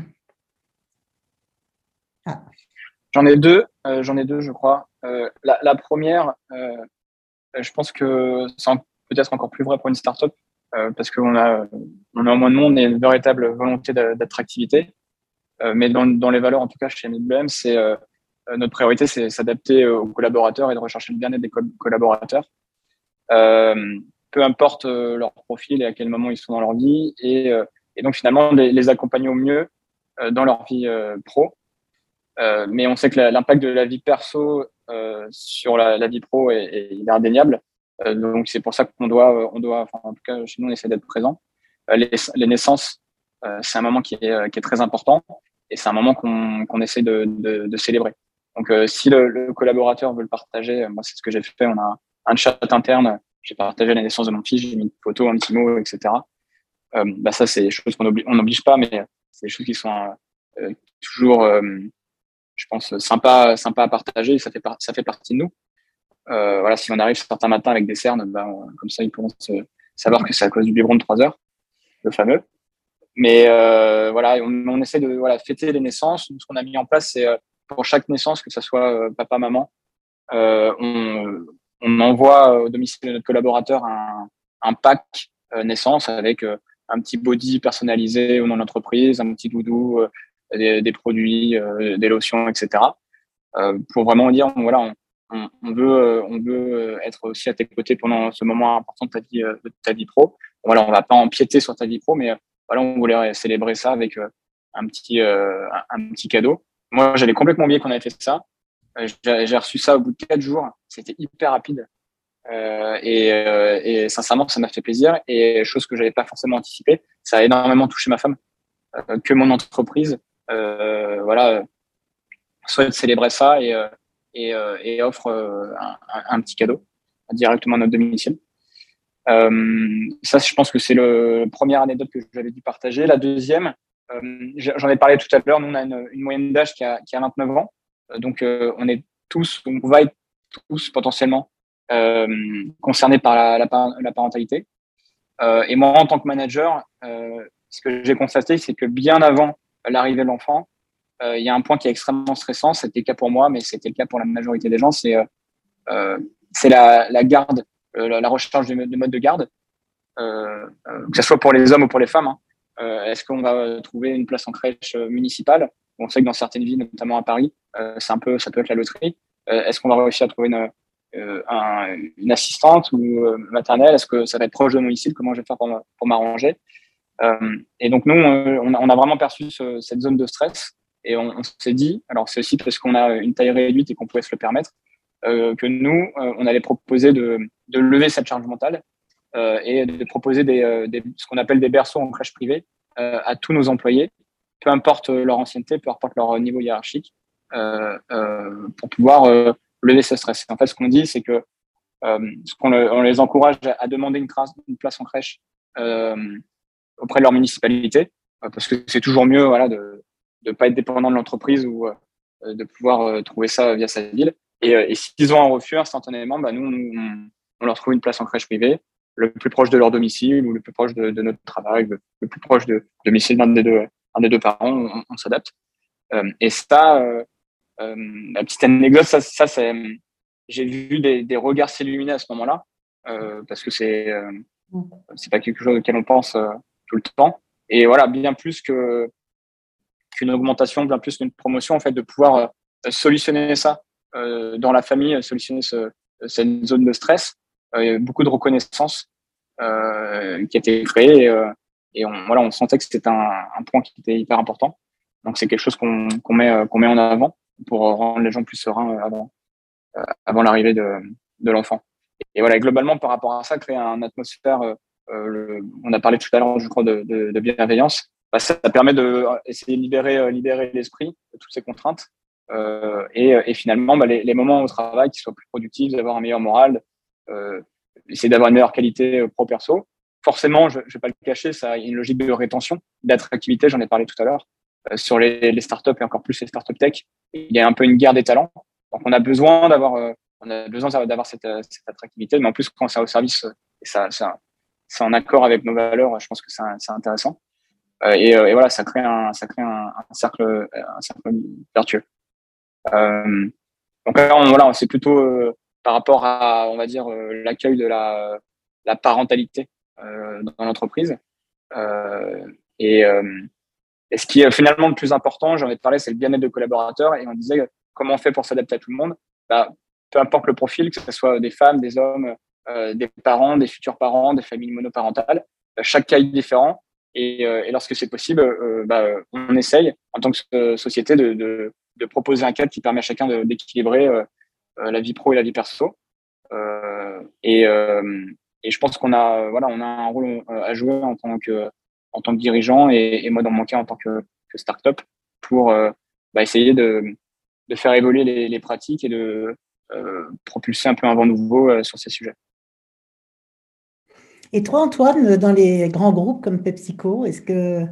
Ah. J'en ai deux, je crois. La première, je pense que c'est peut-être encore plus vrai pour une start-up parce qu'on a moins de monde et une véritable volonté d'attractivité. Mais dans les valeurs, en tout cas chez MWM, c'est notre priorité, c'est s'adapter aux collaborateurs et de rechercher le bien-être des collaborateurs. Peu importe leur profil et à quel moment ils sont dans leur vie, et donc finalement les accompagner au mieux dans leur vie pro. Mais on sait que l'impact de la vie perso sur la vie pro est indéniable. Donc c'est pour ça qu'on doit, enfin, en tout cas chez nous, on essaie d'être présent. Les naissances, c'est un moment qui est très important et c'est un moment qu'on essaie de célébrer. Donc si le collaborateur veut le partager, moi c'est ce que j'ai fait. On a un chat interne. J'ai partagé la naissance de mon fils, j'ai mis une photo, un petit mot, etc. Ça c'est des choses qu'on n'oblige pas, mais c'est des choses qui sont toujours je pense, sympa à partager. Ça fait partie de nous. Voilà, si on arrive certains matins avec des cernes, comme ça, ils pourront savoir que c'est à cause du biberon de 3 heures, le fameux. Mais voilà, on essaie de fêter les naissances. Ce qu'on a mis en place, c'est pour chaque naissance, que ce soit papa, maman, on envoie au domicile de notre collaborateur un pack naissance avec un petit body personnalisé au nom de l'entreprise, un petit doudou, des produits, des lotions, etc. Pour vraiment dire, voilà, on veut être aussi à tes côtés pendant ce moment important de ta vie pro. Voilà, on va pas empiéter sur ta vie pro, mais voilà, on voulait célébrer ça avec un petit cadeau. Moi, j'avais complètement oublié qu'on avait fait ça. J'ai reçu ça au bout de 4 jours. C'était hyper rapide. Et sincèrement, ça m'a fait plaisir. Et chose que j'avais pas forcément anticipé, ça a énormément touché ma femme, que mon entreprise. voilà, souhaite célébrer ça et offre un petit cadeau directement à notre domicile. Ça, je pense que c'est le première anecdote que j'avais dû partager. La deuxième, j'en ai parlé tout à l'heure. Nous, on a une moyenne d'âge qui a 29 ans. Donc, on va être tous potentiellement concernés par la parentalité. Et moi, en tant que manager, ce que j'ai constaté, c'est que bien avant l'arrivée de l'enfant, il y a un point qui est extrêmement stressant. C'était le cas pour moi, mais c'était le cas pour la majorité des gens. C'est la garde, la recherche du mode de garde, que ce soit pour les hommes ou pour les femmes. Est-ce qu'on va trouver une place en crèche municipale? On sait que dans certaines villes, notamment à Paris, ça peut être la loterie. Est-ce qu'on va réussir à trouver une assistante ou maternelle? Est-ce que ça va être proche de mon domicile? Comment je vais faire pour m'arranger? Et donc nous, on a vraiment perçu cette zone de stress et on s'est dit, alors c'est aussi parce qu'on a une taille réduite et qu'on pouvait se le permettre, que nous, on allait proposer de lever cette charge mentale et de proposer ce qu'on appelle des berceaux en crèche privée à tous nos employés, peu importe leur ancienneté, peu importe leur niveau hiérarchique, pour pouvoir lever ce stress. En fait, ce qu'on dit, c'est que on les encourage à demander une place en crèche auprès de leur municipalité, parce que c'est toujours mieux, voilà, de ne pas être dépendant de l'entreprise ou de pouvoir trouver ça via sa ville. Et s'ils ont un refus instantanément, nous, on leur trouve une place en crèche privée, le plus proche de leur domicile ou le plus proche de notre travail, le plus proche de domicile d'un des deux parents, on s'adapte. Et ça, la petite anecdote, ça c'est, j'ai vu des regards s'illuminer à ce moment-là, parce que c'est pas quelque chose auquel on pense tout le temps. Et voilà, bien plus qu'une augmentation, bien plus qu'une promotion, en fait, de pouvoir solutionner ça dans la famille, solutionner cette zone de stress. Beaucoup de reconnaissance qui a été créée et on sentait que c'était un point qui était hyper important. Donc c'est quelque chose qu'on met en avant pour rendre les gens plus sereins avant l'arrivée de l'enfant. Et voilà, globalement par rapport à ça, créer une atmosphère, on a parlé tout à l'heure, je crois, de bienveillance. Ça permet de essayer de libérer l'esprit de toutes ces contraintes et finalement les moments au travail qui soient plus productifs, d'avoir un meilleur moral, essayer d'avoir une meilleure qualité pro-perso. Forcément, je vais pas le cacher, ça a une logique de rétention, d'attractivité, j'en ai parlé tout à l'heure, sur les startups et encore plus les startups tech. Il y a un peu une guerre des talents. Donc, on a besoin d'avoir cette attractivité, mais en plus, quand c'est au service, et ça c'est en accord avec nos valeurs, je pense que c'est intéressant. Et voilà, ça crée un cercle vertueux. Donc là, c'est plutôt par rapport à, on va dire, l'accueil de la parentalité dans l'entreprise. Et ce qui est finalement le plus important, j'en ai parlé, c'est le bien-être de collaborateurs. Et on disait comment on fait pour s'adapter à tout le monde. Peu importe le profil, que ce soit des femmes, des hommes, des parents, des futurs parents, des familles monoparentales, chaque cas est différent. Et lorsque c'est possible, on essaye en tant que société de proposer un cadre qui permet à chacun d'équilibrer la vie pro et la vie perso. Et je pense qu'on a un rôle à jouer en tant que dirigeant et moi dans mon cas en tant que start-up pour essayer de faire évoluer les pratiques et de propulser un peu un vent nouveau sur ces sujets. Et toi, Antoine, dans les grands groupes comme PepsiCo, est-ce qu'il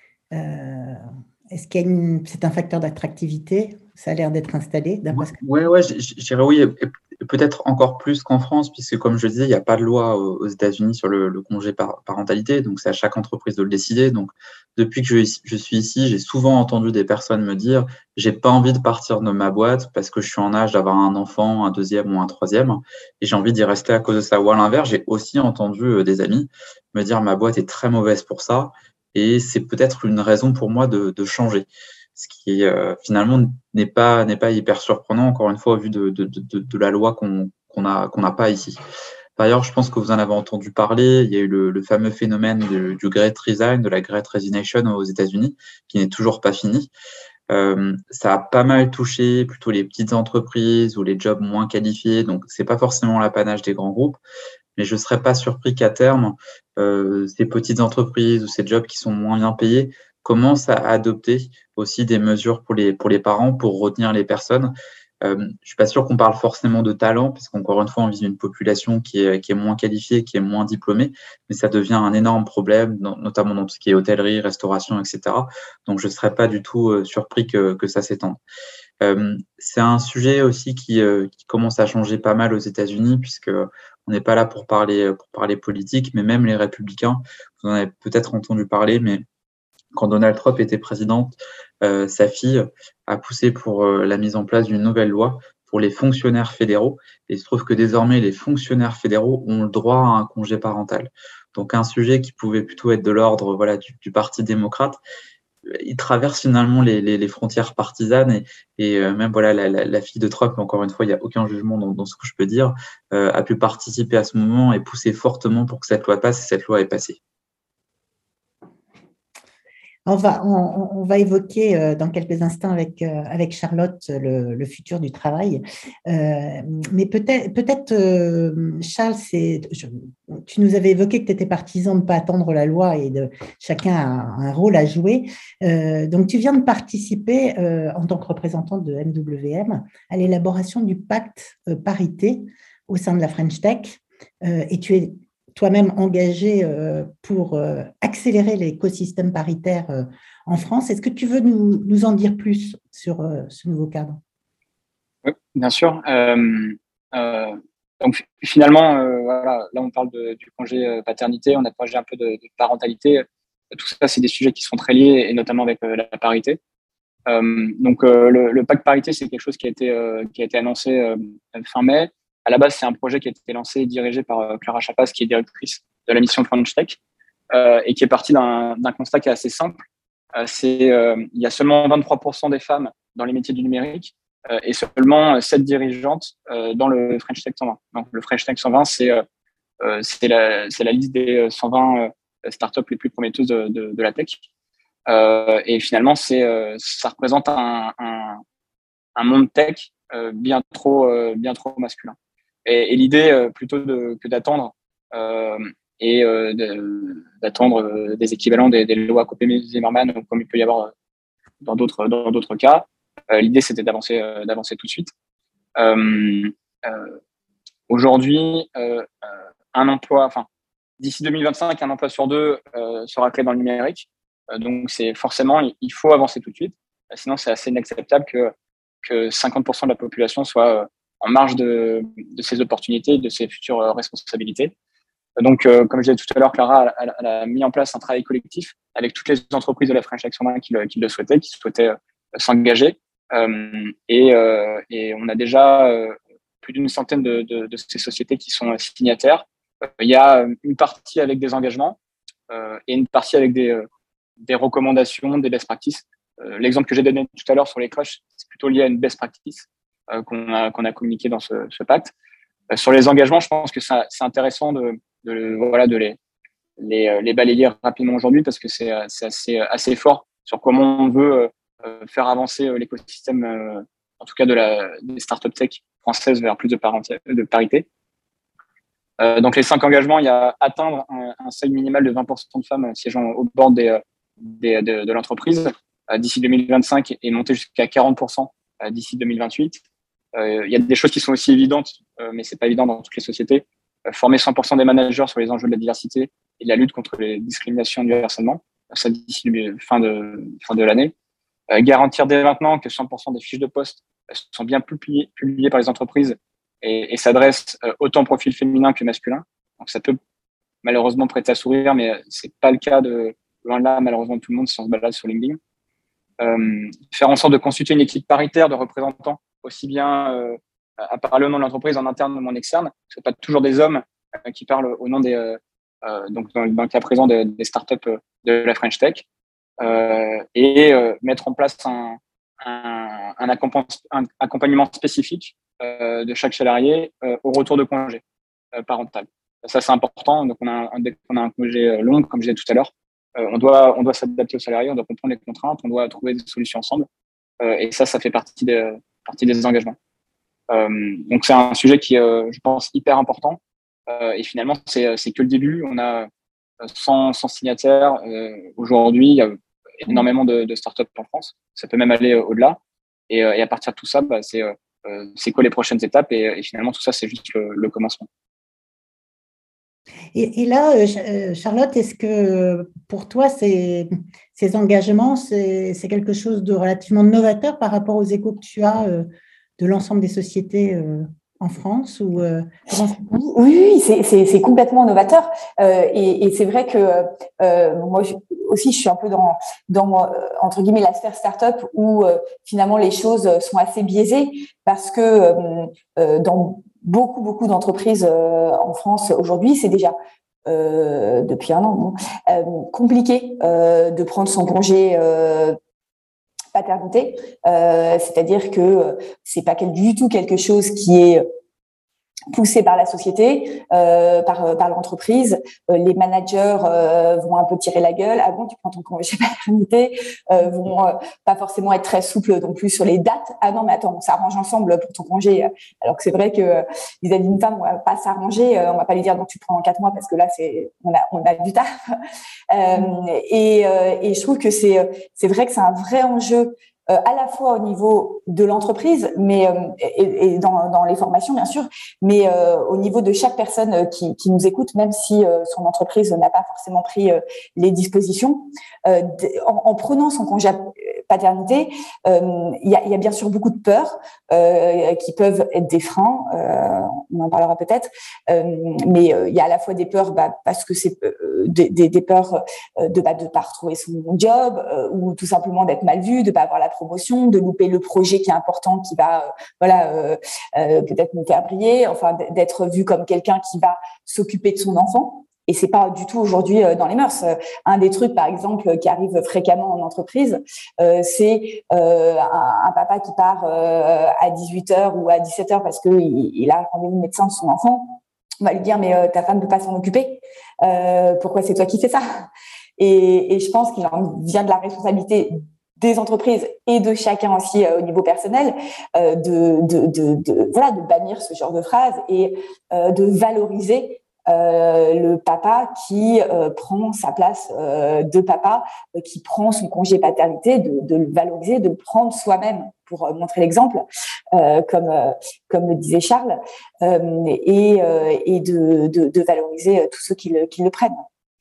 y a c'est un facteur d'attractivité? Ça a l'air d'être installé, d'après ce que… Ouais, je dirais oui, et peut-être encore plus qu'en France, puisque comme je disais, il n'y a pas de loi aux États-Unis sur le congé parentalité, donc c'est à chaque entreprise de le décider. Donc depuis que je suis ici, j'ai souvent entendu des personnes me dire « j'ai pas envie de partir de ma boîte parce que je suis en âge d'avoir un enfant, un deuxième ou un troisième, et j'ai envie d'y rester à cause de ça ». Ou à l'inverse, j'ai aussi entendu des amis me dire « ma boîte est très mauvaise pour ça, et c'est peut-être une raison pour moi de changer ». Ce qui finalement n'est pas hyper surprenant, encore une fois, au vu de la loi qu'on n'a pas ici. Par ailleurs, je pense que vous en avez entendu parler, il y a eu le fameux phénomène du Great Resign, de la Great Resignation aux États-Unis, qui n'est toujours pas fini. Ça a pas mal touché plutôt les petites entreprises ou les jobs moins qualifiés, donc c'est pas forcément l'apanage des grands groupes, mais je serais pas surpris qu'à terme, ces petites entreprises ou ces jobs qui sont moins bien payés commence à adopter aussi des mesures pour les parents pour retenir les personnes. Je suis pas sûr qu'on parle forcément de talent, parce qu'encore une fois, on vise une population qui est moins qualifiée, qui est moins diplômée, mais ça devient un énorme problème, notamment dans tout ce qui est hôtellerie, restauration, etc. Donc, je ne serais pas du tout surpris que ça s'étende. C'est un sujet aussi qui commence à changer pas mal aux États-Unis, puisque on n'est pas là pour parler politique, mais même les républicains, vous en avez peut-être entendu parler, mais quand Donald Trump était président, sa fille a poussé pour la mise en place d'une nouvelle loi pour les fonctionnaires fédéraux. Et il se trouve que désormais, les fonctionnaires fédéraux ont le droit à un congé parental. Donc, un sujet qui pouvait plutôt être de l'ordre du Parti démocrate, il traverse finalement les frontières partisanes et même la fille de Trump, encore une fois, il n'y a aucun jugement dans ce que je peux dire, a pu participer à ce moment et pousser fortement pour que cette loi passe, et cette loi est passée. On va évoquer dans quelques instants avec Charlotte le futur du travail. Mais peut-être Charles, tu nous avais évoqué que tu étais partisan de ne pas attendre la loi et chacun a un rôle à jouer. Donc, tu viens de participer en tant que représentant de MWM à l'élaboration du pacte parité au sein de la French Tech et tu es toi-même engagé pour accélérer l'écosystème paritaire en France. Est-ce que tu veux nous en dire plus sur ce nouveau cadre? Oui, bien sûr. Donc finalement, voilà, là on parle du congé paternité, on a parlé un peu de parentalité. Tout ça, c'est des sujets qui sont très liés, et notamment avec la parité. Donc le pacte parité, c'est quelque chose qui a été annoncé fin mai. À la base, c'est un projet qui a été lancé et dirigé par Clara Chapas, qui est directrice de la mission French Tech, et qui est partie d'un constat qui est assez simple. Il y a seulement 23% des femmes dans les métiers du numérique et seulement 7 dirigeantes dans le French Tech 120. Donc, le French Tech 120, c'est la liste des 120 startups les plus prometteuses de la tech. Et finalement, ça représente un monde tech bien trop masculin. Et l'idée, plutôt que d'attendre d'attendre des équivalents des lois Copé-Zimmermann, comme il peut y avoir dans d'autres cas, l'idée c'était d'avancer tout de suite. Aujourd'hui, d'ici 2025, un emploi sur deux sera créé dans le numérique. Donc c'est forcément, il faut avancer tout de suite. Sinon, c'est assez inacceptable que 50% de la population soit en marge de ces opportunités, de ces futures responsabilités. Donc, comme je disais tout à l'heure, Clara a mis en place un travail collectif avec toutes les entreprises de la French Tech 120 qui le souhaitaient, qui souhaitaient s'engager. Et on a déjà plus d'une centaine de ces sociétés qui sont signataires. Il y a une partie avec des engagements et une partie avec des recommandations, des best practices. L'exemple que j'ai donné tout à l'heure sur les crushs, c'est plutôt lié à une best practice qu'on a communiqué dans ce pacte. Sur les engagements, je pense que c'est intéressant de les balayer rapidement aujourd'hui parce que c'est assez fort sur comment on veut faire avancer l'écosystème, en tout cas des startup tech françaises vers plus de parité. Donc les 5 engagements, il y a atteindre un seuil minimal de 20% de femmes siégeant au bord de l'entreprise d'ici 2025 et monter jusqu'à 40% d'ici 2028. Il y a des choses qui sont aussi évidentes, mais c'est pas évident dans toutes les sociétés. Former 100% des managers sur les enjeux de la diversité et de la lutte contre les discriminations et le harcèlement, ça d'ici fin de l'année. Garantir dès maintenant que 100% des fiches de poste sont bien publiées par les entreprises et s'adressent autant au profil féminin que masculin. Donc ça peut malheureusement prêter à sourire, mais c'est pas le cas loin de là, malheureusement, tout le monde si on se balade sur LinkedIn. Faire en sorte de constituer une équipe paritaire de représentants, aussi bien à parler au nom de l'entreprise en interne ou en externe. Ce n'est pas toujours des hommes qui parlent au nom donc dans le cas présent des startups de la French Tech, et mettre en place un accompagnement spécifique de chaque salarié au retour de congé parental. Ça, c'est important. Donc, dès qu'on a un congé long, comme je disais tout à l'heure, on doit s'adapter aux salariés, on doit comprendre les contraintes, on doit trouver des solutions ensemble. Et ça fait partie des engagements. Donc, c'est un sujet qui est, je pense, hyper important. Et finalement, c'est que le début. On a 100 signataires. Aujourd'hui, il y a énormément de startups en France. Ça peut même aller au-delà. Et à partir de tout ça, c'est quoi les prochaines étapes et finalement, tout ça, c'est juste le commencement. Et là, Charlotte, est-ce que pour toi, ces engagements, c'est quelque chose de relativement novateur par rapport aux échos que tu as de l'ensemble des sociétés en France ou comment ça se passe ? Oui, c'est complètement novateur. Et c'est vrai que moi aussi, je suis un peu dans entre guillemets la sphère startup où finalement les choses sont assez biaisées parce que dans beaucoup d'entreprises en France aujourd'hui, c'est déjà depuis un an compliqué de prendre son congé paternité, c'est-à-dire que c'est pas du tout quelque chose qui est poussé par la société, par l'entreprise. Les managers vont un peu tirer la gueule. Ah bon, tu prends ton congé paternité, vont pas forcément être très souples non plus sur les dates. Ah non, mais attends, on s'arrange ensemble pour ton congé. Alors que c'est vrai que vis-à-vis d'une femme, on va pas s'arranger. On va pas lui dire donc tu prends en 4 mois parce que là on a du taf. Et je trouve que c'est vrai que c'est un vrai enjeu. À la fois au niveau de l'entreprise, mais et dans les formations bien sûr, mais au niveau de chaque personne qui nous écoute, même si son entreprise n'a pas forcément pris les dispositions, en prenant son congé paternité, il y a bien sûr beaucoup de peurs qui peuvent être des freins. On en parlera peut-être, mais il y a à la fois des peurs parce que c'est des peurs de pas retrouver son job ou tout simplement d'être mal vu, de pas avoir la promotion, de louper le projet qui est important, qui va peut-être nous faire briller, enfin d'être vu comme quelqu'un qui va s'occuper de son enfant. Et c'est pas du tout aujourd'hui dans les mœurs. Un des trucs, par exemple, qui arrive fréquemment en entreprise, c'est un papa qui part à 18h ou à 17h parce que il a un rendez-vous de médecin de son enfant. On va lui dire mais ta femme ne peut pas s'en occuper. Pourquoi c'est toi qui fais ça? Et je pense qu'il en vient de la responsabilité des entreprises et de chacun aussi au niveau personnel de bannir ce genre de phrases et de valoriser le papa qui prend sa place de papa, qui prend son congé paternité, de le valoriser, de le prendre soi-même pour montrer l'exemple, comme le disait Charles, et de valoriser tous ceux qui le prennent.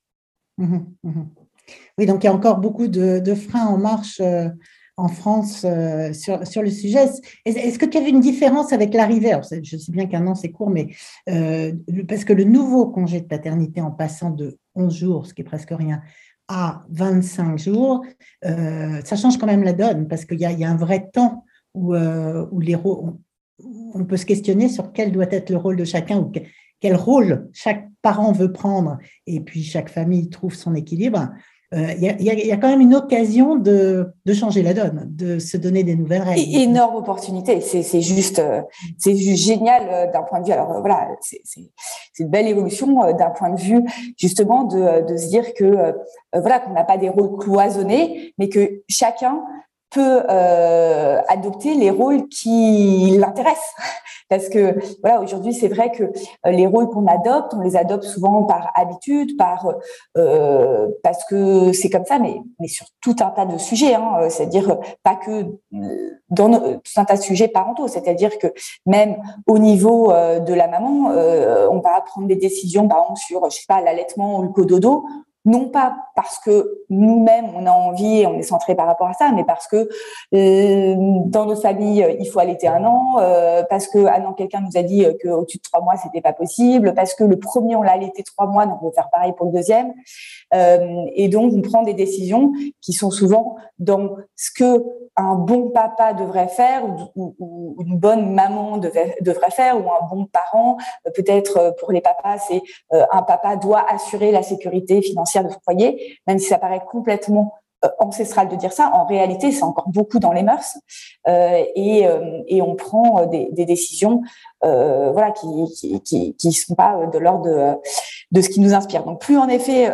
Oui, donc il y a encore beaucoup de freins en marche en France sur le sujet. Est-ce que tu as vu une différence avec l'arrivée? Alors, je sais bien qu'un an, c'est court, mais parce que le nouveau congé de paternité en passant de 11 jours, ce qui est presque rien, à 25 jours, ça change quand même la donne parce qu'il y a un vrai temps où on peut se questionner sur quel doit être le rôle de chacun ou quel rôle chaque parent veut prendre et puis chaque famille trouve son équilibre. Il y a quand même une occasion de changer la donne, de se donner des nouvelles règles. Énorme opportunité, c'est juste génial d'un point de vue. Alors voilà, c'est une belle évolution d'un point de vue justement de se dire que voilà qu'on n'a pas des rôles cloisonnés, mais que chacun peut adopter les rôles qui l'intéressent. Parce que voilà, aujourd'hui, c'est vrai que les rôles qu'on adopte, on les adopte souvent par habitude, parce que c'est comme ça, mais sur tout un tas de sujets. C'est-à-dire pas que dans tout un tas de sujets parentaux. C'est-à-dire que même au niveau de la maman, on va prendre des décisions, par exemple sur, je sais pas, l'allaitement ou le cododo. Non pas parce que nous-mêmes, on a envie et on est centré par rapport à ça, mais parce que dans nos familles, il faut allaiter 1 an, parce que quelqu'un nous a dit qu'au-dessus de 3 mois, c'était pas possible, parce que le premier, on l'a allaité 3 mois, donc on veut faire pareil pour le deuxième. Et donc, on prend des décisions qui sont souvent dans ce que un bon papa devrait faire ou une bonne maman devrait faire ou un bon parent. Peut-être pour les papas, c'est un papa doit assurer la sécurité financière de son foyer, même si ça paraît complètement ancestral de dire ça. En réalité, c'est encore beaucoup dans les mœurs et on prend des décisions voilà, qui sont pas de l'ordre de ce qui nous inspire. Donc plus en effet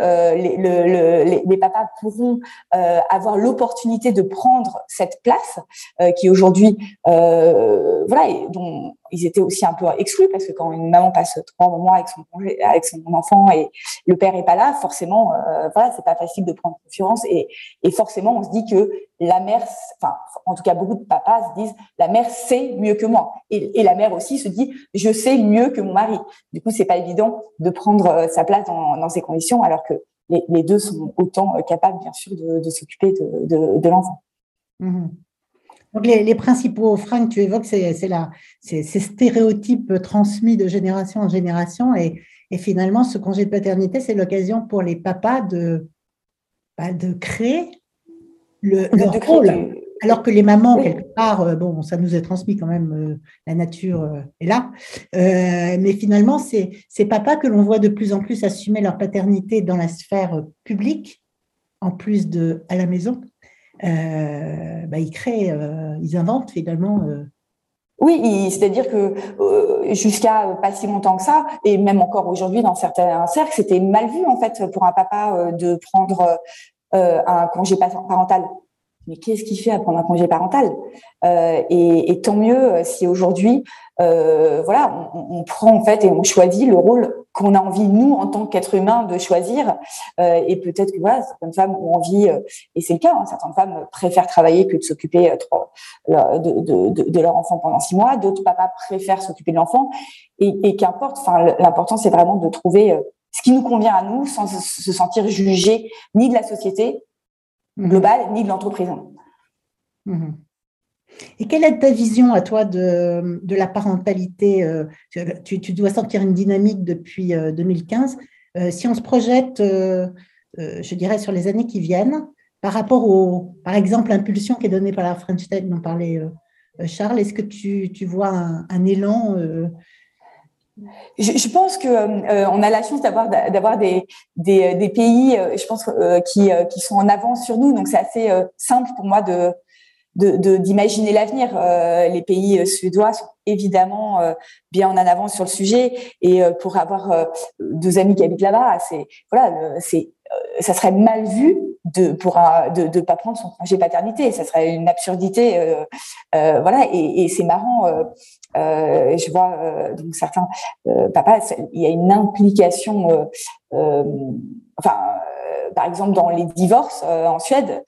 les papas pourront avoir l'opportunité de prendre cette place qui aujourd'hui voilà, et dont ils étaient aussi un peu exclus, parce que quand une maman passe 3 mois avec son enfant et le père est pas là, forcément voilà, c'est pas facile de prendre confiance, et forcément on se dit que la mère, enfin en tout cas beaucoup de papas se disent la mère sait mieux que moi, et la mère aussi se dit je sais mieux que mon mari. Du coup c'est pas évident de prendre sa place dans ces conditions, alors que les deux sont autant capables bien sûr de s'occuper de l'enfant. Mmh. Donc, les principaux freins que tu évoques, c'est ces stéréotypes transmis de génération en génération. Et finalement, ce congé de paternité, c'est l'occasion pour les papas de créer leur rôle. Alors que les mamans, oui, quelque part, bon, ça nous est transmis quand même, la nature est là. Mais finalement, c'est ces papas que l'on voit de plus en plus assumer leur paternité dans la sphère publique, en plus de à la maison. Ils créent, ils inventent finalement. Oui, c'est-à-dire que jusqu'à pas si longtemps que ça, et même encore aujourd'hui dans certains cercles, c'était mal vu en fait pour un papa de prendre un congé parental. Mais qu'est-ce qu'il fait à prendre un congé parental et tant mieux si aujourd'hui, voilà, on prend en fait et on choisit le rôle qu'on a envie, nous, en tant qu'être humain, de choisir. Et peut-être que voilà, certaines femmes ont envie, et c'est le cas, hein, certaines femmes préfèrent travailler que de s'occuper de leur enfant pendant 6 mois. D'autres papas préfèrent s'occuper de l'enfant. Et qu'importe, enfin, l'important, c'est vraiment de trouver ce qui nous convient à nous, sans se sentir jugé ni de la société globale, ni de l'entreprise. Mmh. Et quelle est ta vision à toi de la parentalité? Tu dois sentir une dynamique depuis 2015. Si on se projette, je dirais, sur les années qui viennent, par rapport par exemple, l'impulsion qui est donnée par la French Tech dont parlait Charles, est-ce que tu vois un élan Je pense que on a la chance d'avoir des pays, je pense, qui sont en avance sur nous. Donc c'est assez simple pour moi d'imaginer l'avenir. Les pays suédois sont évidemment bien en avance sur le sujet, et pour avoir 2 amis qui habitent là-bas, ça serait mal vu de pas prendre son congé paternité. Ça serait une absurdité, voilà. Et c'est marrant. Je vois donc certains papas, il y a une implication. Par exemple, dans les divorces en Suède,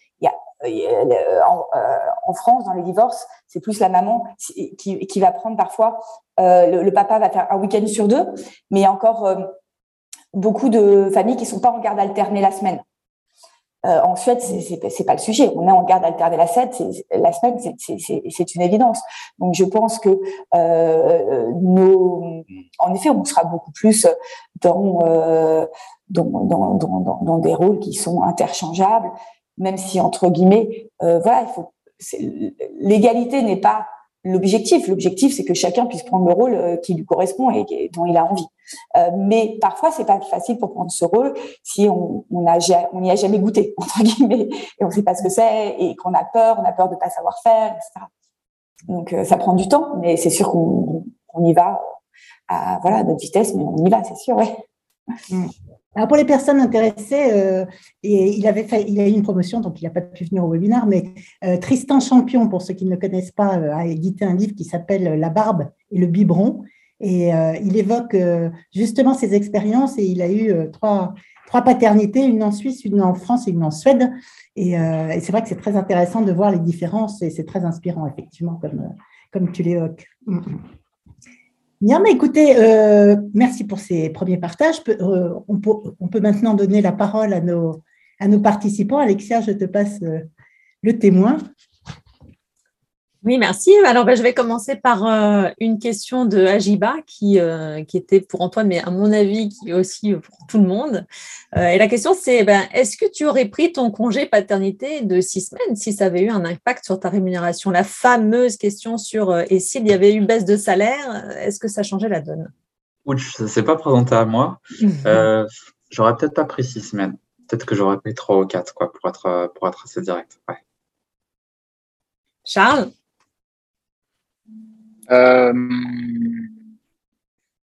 en France, dans les divorces, c'est plus la maman qui va prendre parfois. Le papa va faire un week-end sur 2, mais il y a encore beaucoup de familles qui sont pas en garde alternée la semaine. En Suède, c'est pas le sujet. On est en garde alternée la semaine, c'est une évidence. Donc, je pense que en effet, on sera beaucoup plus dans des rôles qui sont interchangeables, même si entre guillemets, voilà, l'égalité n'est pas l'objectif. L'objectif, c'est que chacun puisse prendre le rôle qui lui correspond et dont il a envie. Mais parfois, c'est pas facile pour prendre ce rôle si on n'y a jamais goûté, entre guillemets, et on ne sait pas ce que c'est, et qu'on a peur de pas savoir faire, etc. Donc, ça prend du temps, mais c'est sûr qu'on y va à notre vitesse, mais on y va, c'est sûr, ouais. Alors pour les personnes intéressées, il a eu une promotion, donc il n'a pas pu venir au webinaire, mais Tristan Champion, pour ceux qui ne le connaissent pas, a édité un livre qui s'appelle La barbe et le biberon, et il évoque justement ses expériences, et il a eu trois paternités, une en Suisse, une en France et une en Suède, et c'est vrai que c'est très intéressant de voir les différences, et c'est très inspirant effectivement, comme tu l'évoques. Bien, mais écoutez, merci pour ces premiers partages. On peut maintenant donner la parole à nos participants. Alexia, je te passe le témoin. Oui, merci. Alors, je vais commencer par une question de Ajiba qui était pour Antoine, mais à mon avis, qui est aussi pour tout le monde. Et la question, c'est est-ce que tu aurais pris ton congé paternité de 6 semaines si ça avait eu un impact sur ta rémunération? La fameuse question sur et s'il y avait eu baisse de salaire, est-ce que ça changeait la donne? Ouch, ça ne s'est pas présenté à moi. J'aurais peut-être pas pris 6 semaines. Peut-être que j'aurais pris 3 ou 4, quoi, pour être assez direct. Ouais. Charles?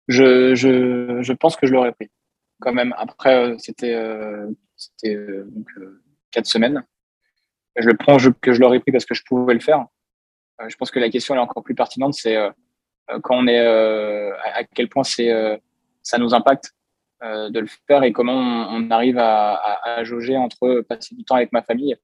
Je pense que je l'aurais pris quand même. Après, c'était donc 4 semaines. Je le prends que je l'aurais pris parce que je pouvais le faire. Je pense que la question elle est encore plus pertinente, c'est quand on est à quel point ça nous impacte de le faire et comment on arrive à jauger entre passer du temps avec ma famille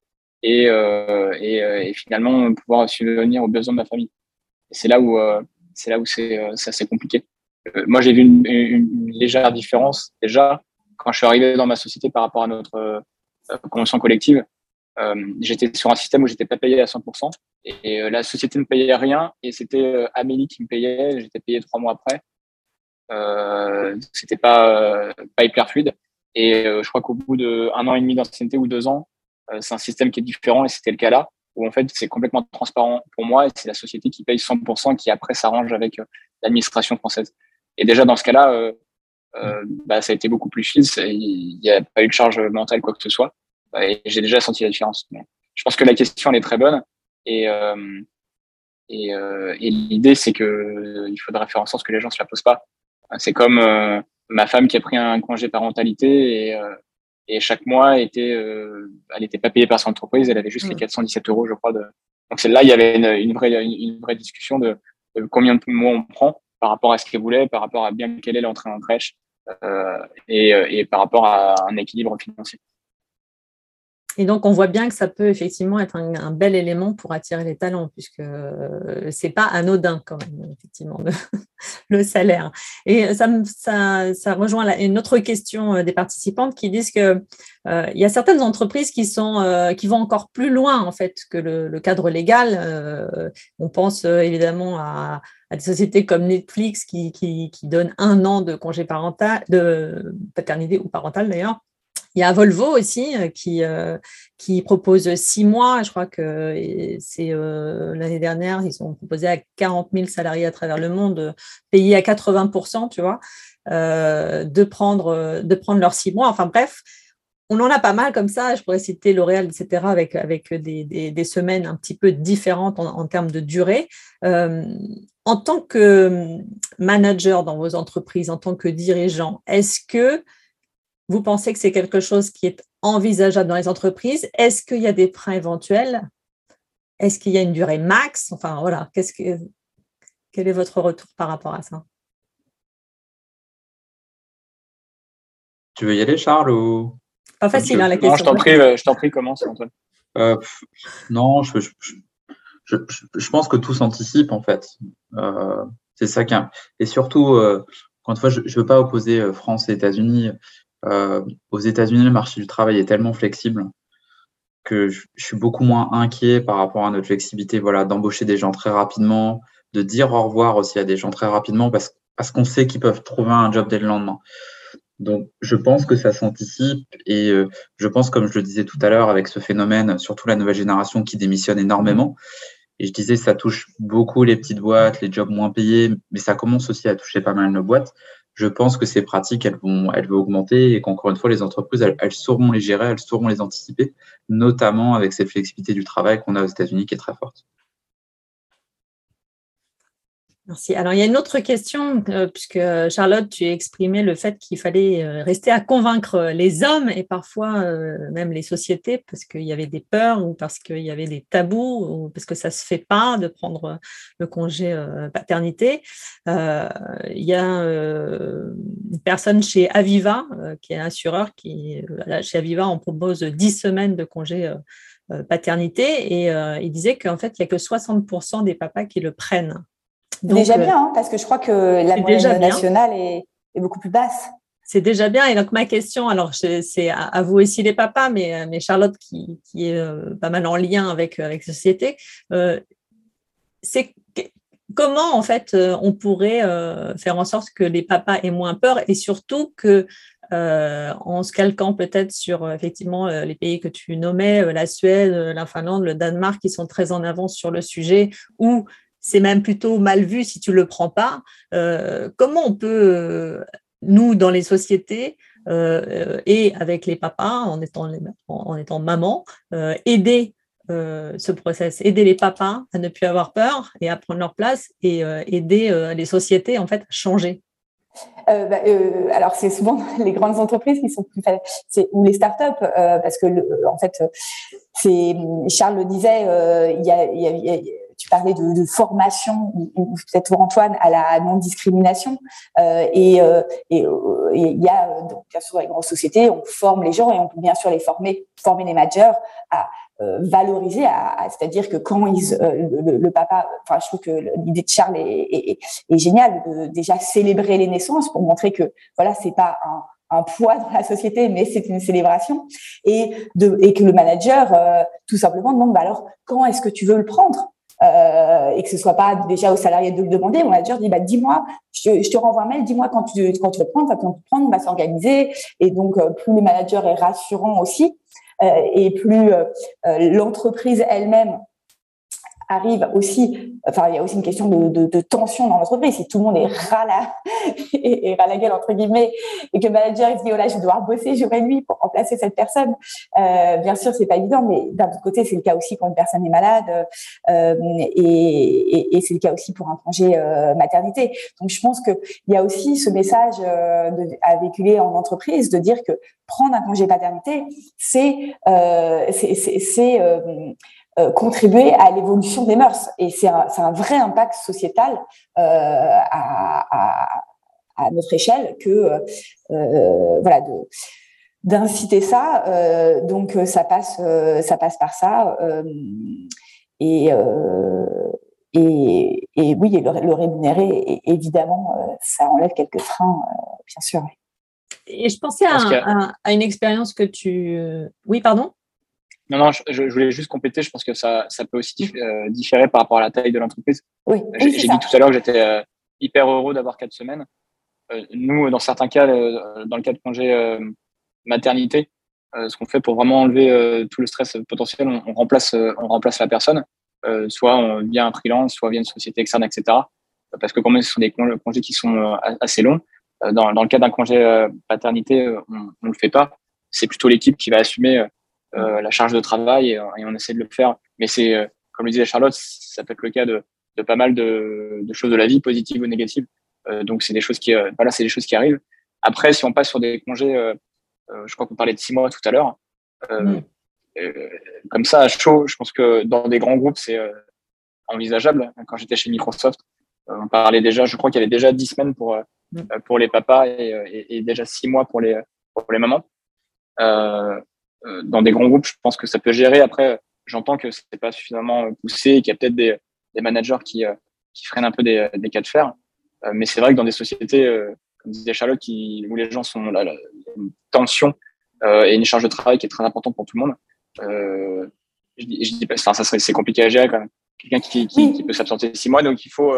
et finalement pouvoir subvenir aux besoins de ma famille. Et c'est là où c'est assez compliqué. Moi, j'ai vu une légère différence déjà quand je suis arrivé dans ma société par rapport à notre convention collective. J'étais sur un système où j'étais pas payé à 100% et la société ne payait rien et c'était Amélie qui me payait. J'étais payé 3 mois après. C'était pas hyper fluide et je crois qu'au bout d'1 an et demi d'ancienneté ou 2 ans, c'est un système qui est différent et c'était le cas là où en fait c'est complètement transparent pour moi et c'est la société qui paye 100% qui après s'arrange avec l'administration française. Et déjà dans ce cas-là, ça a été beaucoup plus fluide. Il n'y a pas eu de charge mentale quoi que ce soit. Et j'ai déjà senti la différence. Mais je pense que la question elle est très bonne et l'idée c'est que il faudrait faire en sorte que les gens se la posent pas. C'est comme ma femme qui a pris un congé parentalité et chaque mois elle était pas payée par son entreprise, elle avait juste les 417 euros je crois. Donc celle-là il y avait une vraie discussion de combien de mois on prend par rapport à ce qu'elle voulait, par rapport à bien quelle est l'entrée en crèche et par rapport à un équilibre financier. Et donc, on voit bien que ça peut effectivement être un bel élément pour attirer les talents, puisque c'est pas anodin quand même, effectivement, le salaire. Et ça rejoint une autre question des participantes qui disent que il y a certaines entreprises qui vont encore plus loin en fait que le cadre légal. On pense évidemment à des sociétés comme Netflix qui donnent 1 an de congé parental, de paternité ou parental d'ailleurs. Il y a Volvo aussi qui propose 6 mois. Je crois que c'est l'année dernière, ils ont proposé à 40 000 salariés à travers le monde, payés à 80%, tu vois, de prendre leurs 6 mois. Enfin bref, on en a pas mal comme ça. Je pourrais citer L'Oréal, etc., avec des semaines un petit peu différentes en termes de durée. En tant que manager dans vos entreprises, en tant que dirigeant, est-ce que vous pensez que c'est quelque chose qui est envisageable dans les entreprises? Est-ce qu'il y a des freins éventuels? Est-ce qu'il y a une durée max? Enfin, voilà, quel est votre retour par rapport à ça? Tu veux y aller, Charles, ou... Pas facile, la question. Non, je t'en prie, commence, Antoine. Non, je pense que tout s'anticipe, en fait. C'est ça qui est... Et surtout, encore une fois, je ne veux pas opposer France et États-Unis. Aux États-Unis, le marché du travail est tellement flexible que je suis beaucoup moins inquiet par rapport à notre flexibilité, voilà, d'embaucher des gens très rapidement, de dire au revoir aussi à des gens très rapidement parce qu'on sait qu'ils peuvent trouver un job dès le lendemain. Donc, je pense que ça s'anticipe et je pense, comme je le disais tout à l'heure, avec ce phénomène, surtout la nouvelle génération qui démissionne énormément. Et je disais, ça touche beaucoup les petites boîtes, les jobs moins payés, mais ça commence aussi à toucher pas mal nos boîtes. Je pense que ces pratiques, elles vont augmenter et qu'encore une fois, les entreprises, elles sauront les gérer, elles sauront les anticiper, notamment avec cette flexibilité du travail qu'on a aux États-Unis qui est très forte. Merci. Alors, il y a une autre question, puisque Charlotte, tu as exprimé le fait qu'il fallait rester à convaincre les hommes et parfois même les sociétés parce qu'il y avait des peurs ou parce qu'il y avait des tabous ou parce que ça ne se fait pas de prendre le congé paternité. Il y a une personne chez Aviva, qui est assureur, chez Aviva, on propose 10 semaines de congé paternité et il disait qu'en fait, il n'y a que 60% des papas qui le prennent. Donc, déjà bien, parce que je crois que la moyenne nationale est beaucoup plus basse. C'est déjà bien. Et donc, ma question, alors c'est à vous aussi les papas, mais Charlotte qui est pas mal en lien avec la société, c'est comment, en fait, on pourrait faire en sorte que les papas aient moins peur et surtout que en se calquant peut-être sur effectivement les pays que tu nommais, la Suède, la Finlande, le Danemark, qui sont très en avance sur le sujet, où c'est même plutôt mal vu si tu ne le prends pas. Comment on peut, nous, dans les sociétés et avec les papas, en étant maman, aider ce process, aider les papas à ne plus avoir peur et à prendre leur place et aider les sociétés en fait, à changer? Alors c'est souvent les grandes entreprises qui sont plus ou les startups parce que en fait c'est Charles le disait tu parlais de formation ou peut-être toi, Antoine, à la non-discrimination et il y a donc, bien sûr dans les grandes sociétés on forme les gens et on peut bien sûr les former les managers à valoriser, c'est-à-dire que quand le papa, enfin je trouve que l'idée de Charles est géniale de déjà célébrer les naissances pour montrer que voilà c'est pas un poids dans la société mais c'est une célébration et que le manager tout simplement demande alors quand est-ce que tu veux le prendre et que ce soit pas déjà au salarié de le demander. Mon manager dit dis-moi, je te renvoie un mail, dis-moi quand tu veux le prendre, on va s'organiser et donc plus le manager est rassurant aussi. Et plus l'entreprise elle-même arrive aussi, enfin il y a aussi une question de tension dans l'entreprise. Si tout le monde est ras la gueule entre guillemets et que le manager il se dit oh là je vais devoir bosser jour et nuit pour remplacer cette personne, bien sûr c'est pas évident, mais d'un autre côté c'est le cas aussi quand une personne est malade et c'est le cas aussi pour un congé maternité. Donc je pense que il y a aussi ce message à véhiculer en entreprise de dire que prendre un congé paternité c'est contribuer à l'évolution des mœurs et c'est un vrai impact sociétal à notre échelle que voilà d'inciter ça donc ça passe par ça et oui et le rémunérer évidemment ça enlève quelques freins bien sûr. Et je pensais à une expérience que tu oui pardon. Non, je voulais juste compléter. Je pense que ça peut aussi différer par rapport à la taille de l'entreprise. Oui, j'ai dit tout à l'heure que j'étais hyper heureux d'avoir 4 semaines. Nous, dans certains cas, dans le cas de congé maternité, ce qu'on fait pour vraiment enlever tout le stress potentiel, on remplace la personne, soit via un freelance, soit via une société externe, etc. Parce que quand même, ce sont des congés qui sont assez longs. Dans le cas d'un congé paternité, on le fait pas. C'est plutôt l'équipe qui va assumer la charge de travail et on essaie de le faire. Mais c'est, comme le disait Charlotte, ça peut être le cas de pas mal de choses de la vie, positives ou négatives. Donc c'est des choses qui, c'est des choses qui arrivent. Après, si on passe sur des congés, je crois qu'on parlait de 6 mois tout à l'heure. Comme ça, à chaud, je pense que dans des grands groupes, c'est envisageable. Quand j'étais chez Microsoft, on parlait déjà, je crois qu'il y avait déjà 10 semaines pour les papas et déjà 6 mois pour les mamans. Dans des grands groupes, je pense que ça peut gérer. Après, j'entends que c'est pas suffisamment poussé et qu'il y a peut-être des managers qui freinent un peu des cas de fer. Mais c'est vrai que dans des sociétés, comme disait Charlotte, où les gens sont là, une tension et une charge de travail qui est très importante pour tout le monde. Je dis pas, c'est compliqué à gérer quand même. Quelqu'un qui peut s'absenter 6 mois, donc il faut,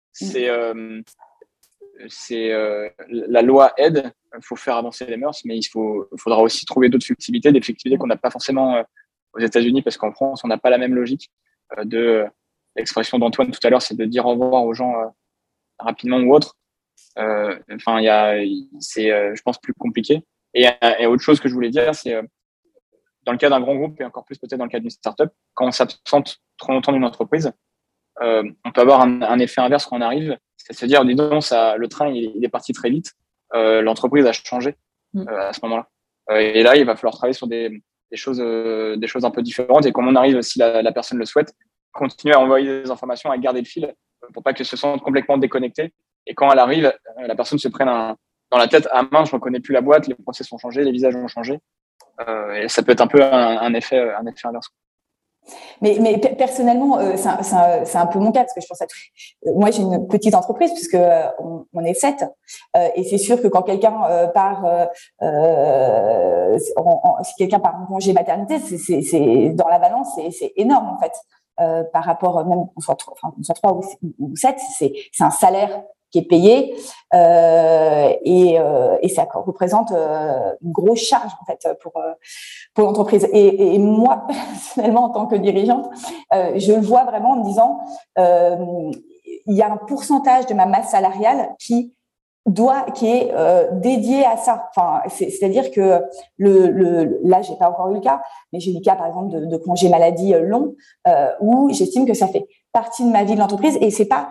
la loi aide. Il faut faire avancer les mœurs, mais il faudra aussi trouver d'autres flexibilités, des flexibilités qu'on n'a pas forcément aux États-Unis, parce qu'en France, on n'a pas la même logique de l'expression d'Antoine tout à l'heure, c'est de dire au revoir aux gens rapidement ou autre. C'est, je pense, plus compliqué. Et autre chose que je voulais dire, c'est dans le cas d'un grand groupe et encore plus peut-être dans le cas d'une startup, quand on s'absente trop longtemps d'une entreprise, on peut avoir un effet inverse quand on arrive, c'est-à-dire, dis donc, le train il est parti très vite, l'entreprise a changé à ce moment-là. Et là, il va falloir travailler sur des choses un peu différentes. Et comme on arrive, si la personne le souhaite, continuer à envoyer des informations, à garder le fil pour pas qu'elle se sente complètement déconnectée. Et quand elle arrive, la personne se prenne dans la tête, ah mince, je reconnais plus la boîte, les process ont changé, les visages ont changé. Et ça peut être un peu un effet inverse. Mais personnellement, c'est un peu mon cas parce que je pense à tout. Moi, j'ai une petite entreprise puisque on est 7, et c'est sûr que quand quelqu'un part, si quelqu'un part en congé maternité, c'est dans la balance, c'est énorme en fait par rapport même qu'on soit 3 ou 7, c'est un salaire qui est payé et ça représente une grosse charge en fait pour l'entreprise. Et moi personnellement en tant que dirigeante, je le vois vraiment en me disant il y a un pourcentage de ma masse salariale qui est dédié à ça. Enfin, c'est-à-dire que là, j'ai pas encore eu le cas, mais j'ai eu le cas par exemple de congé maladie long où j'estime que ça fait partie de ma vie de l'entreprise et c'est pas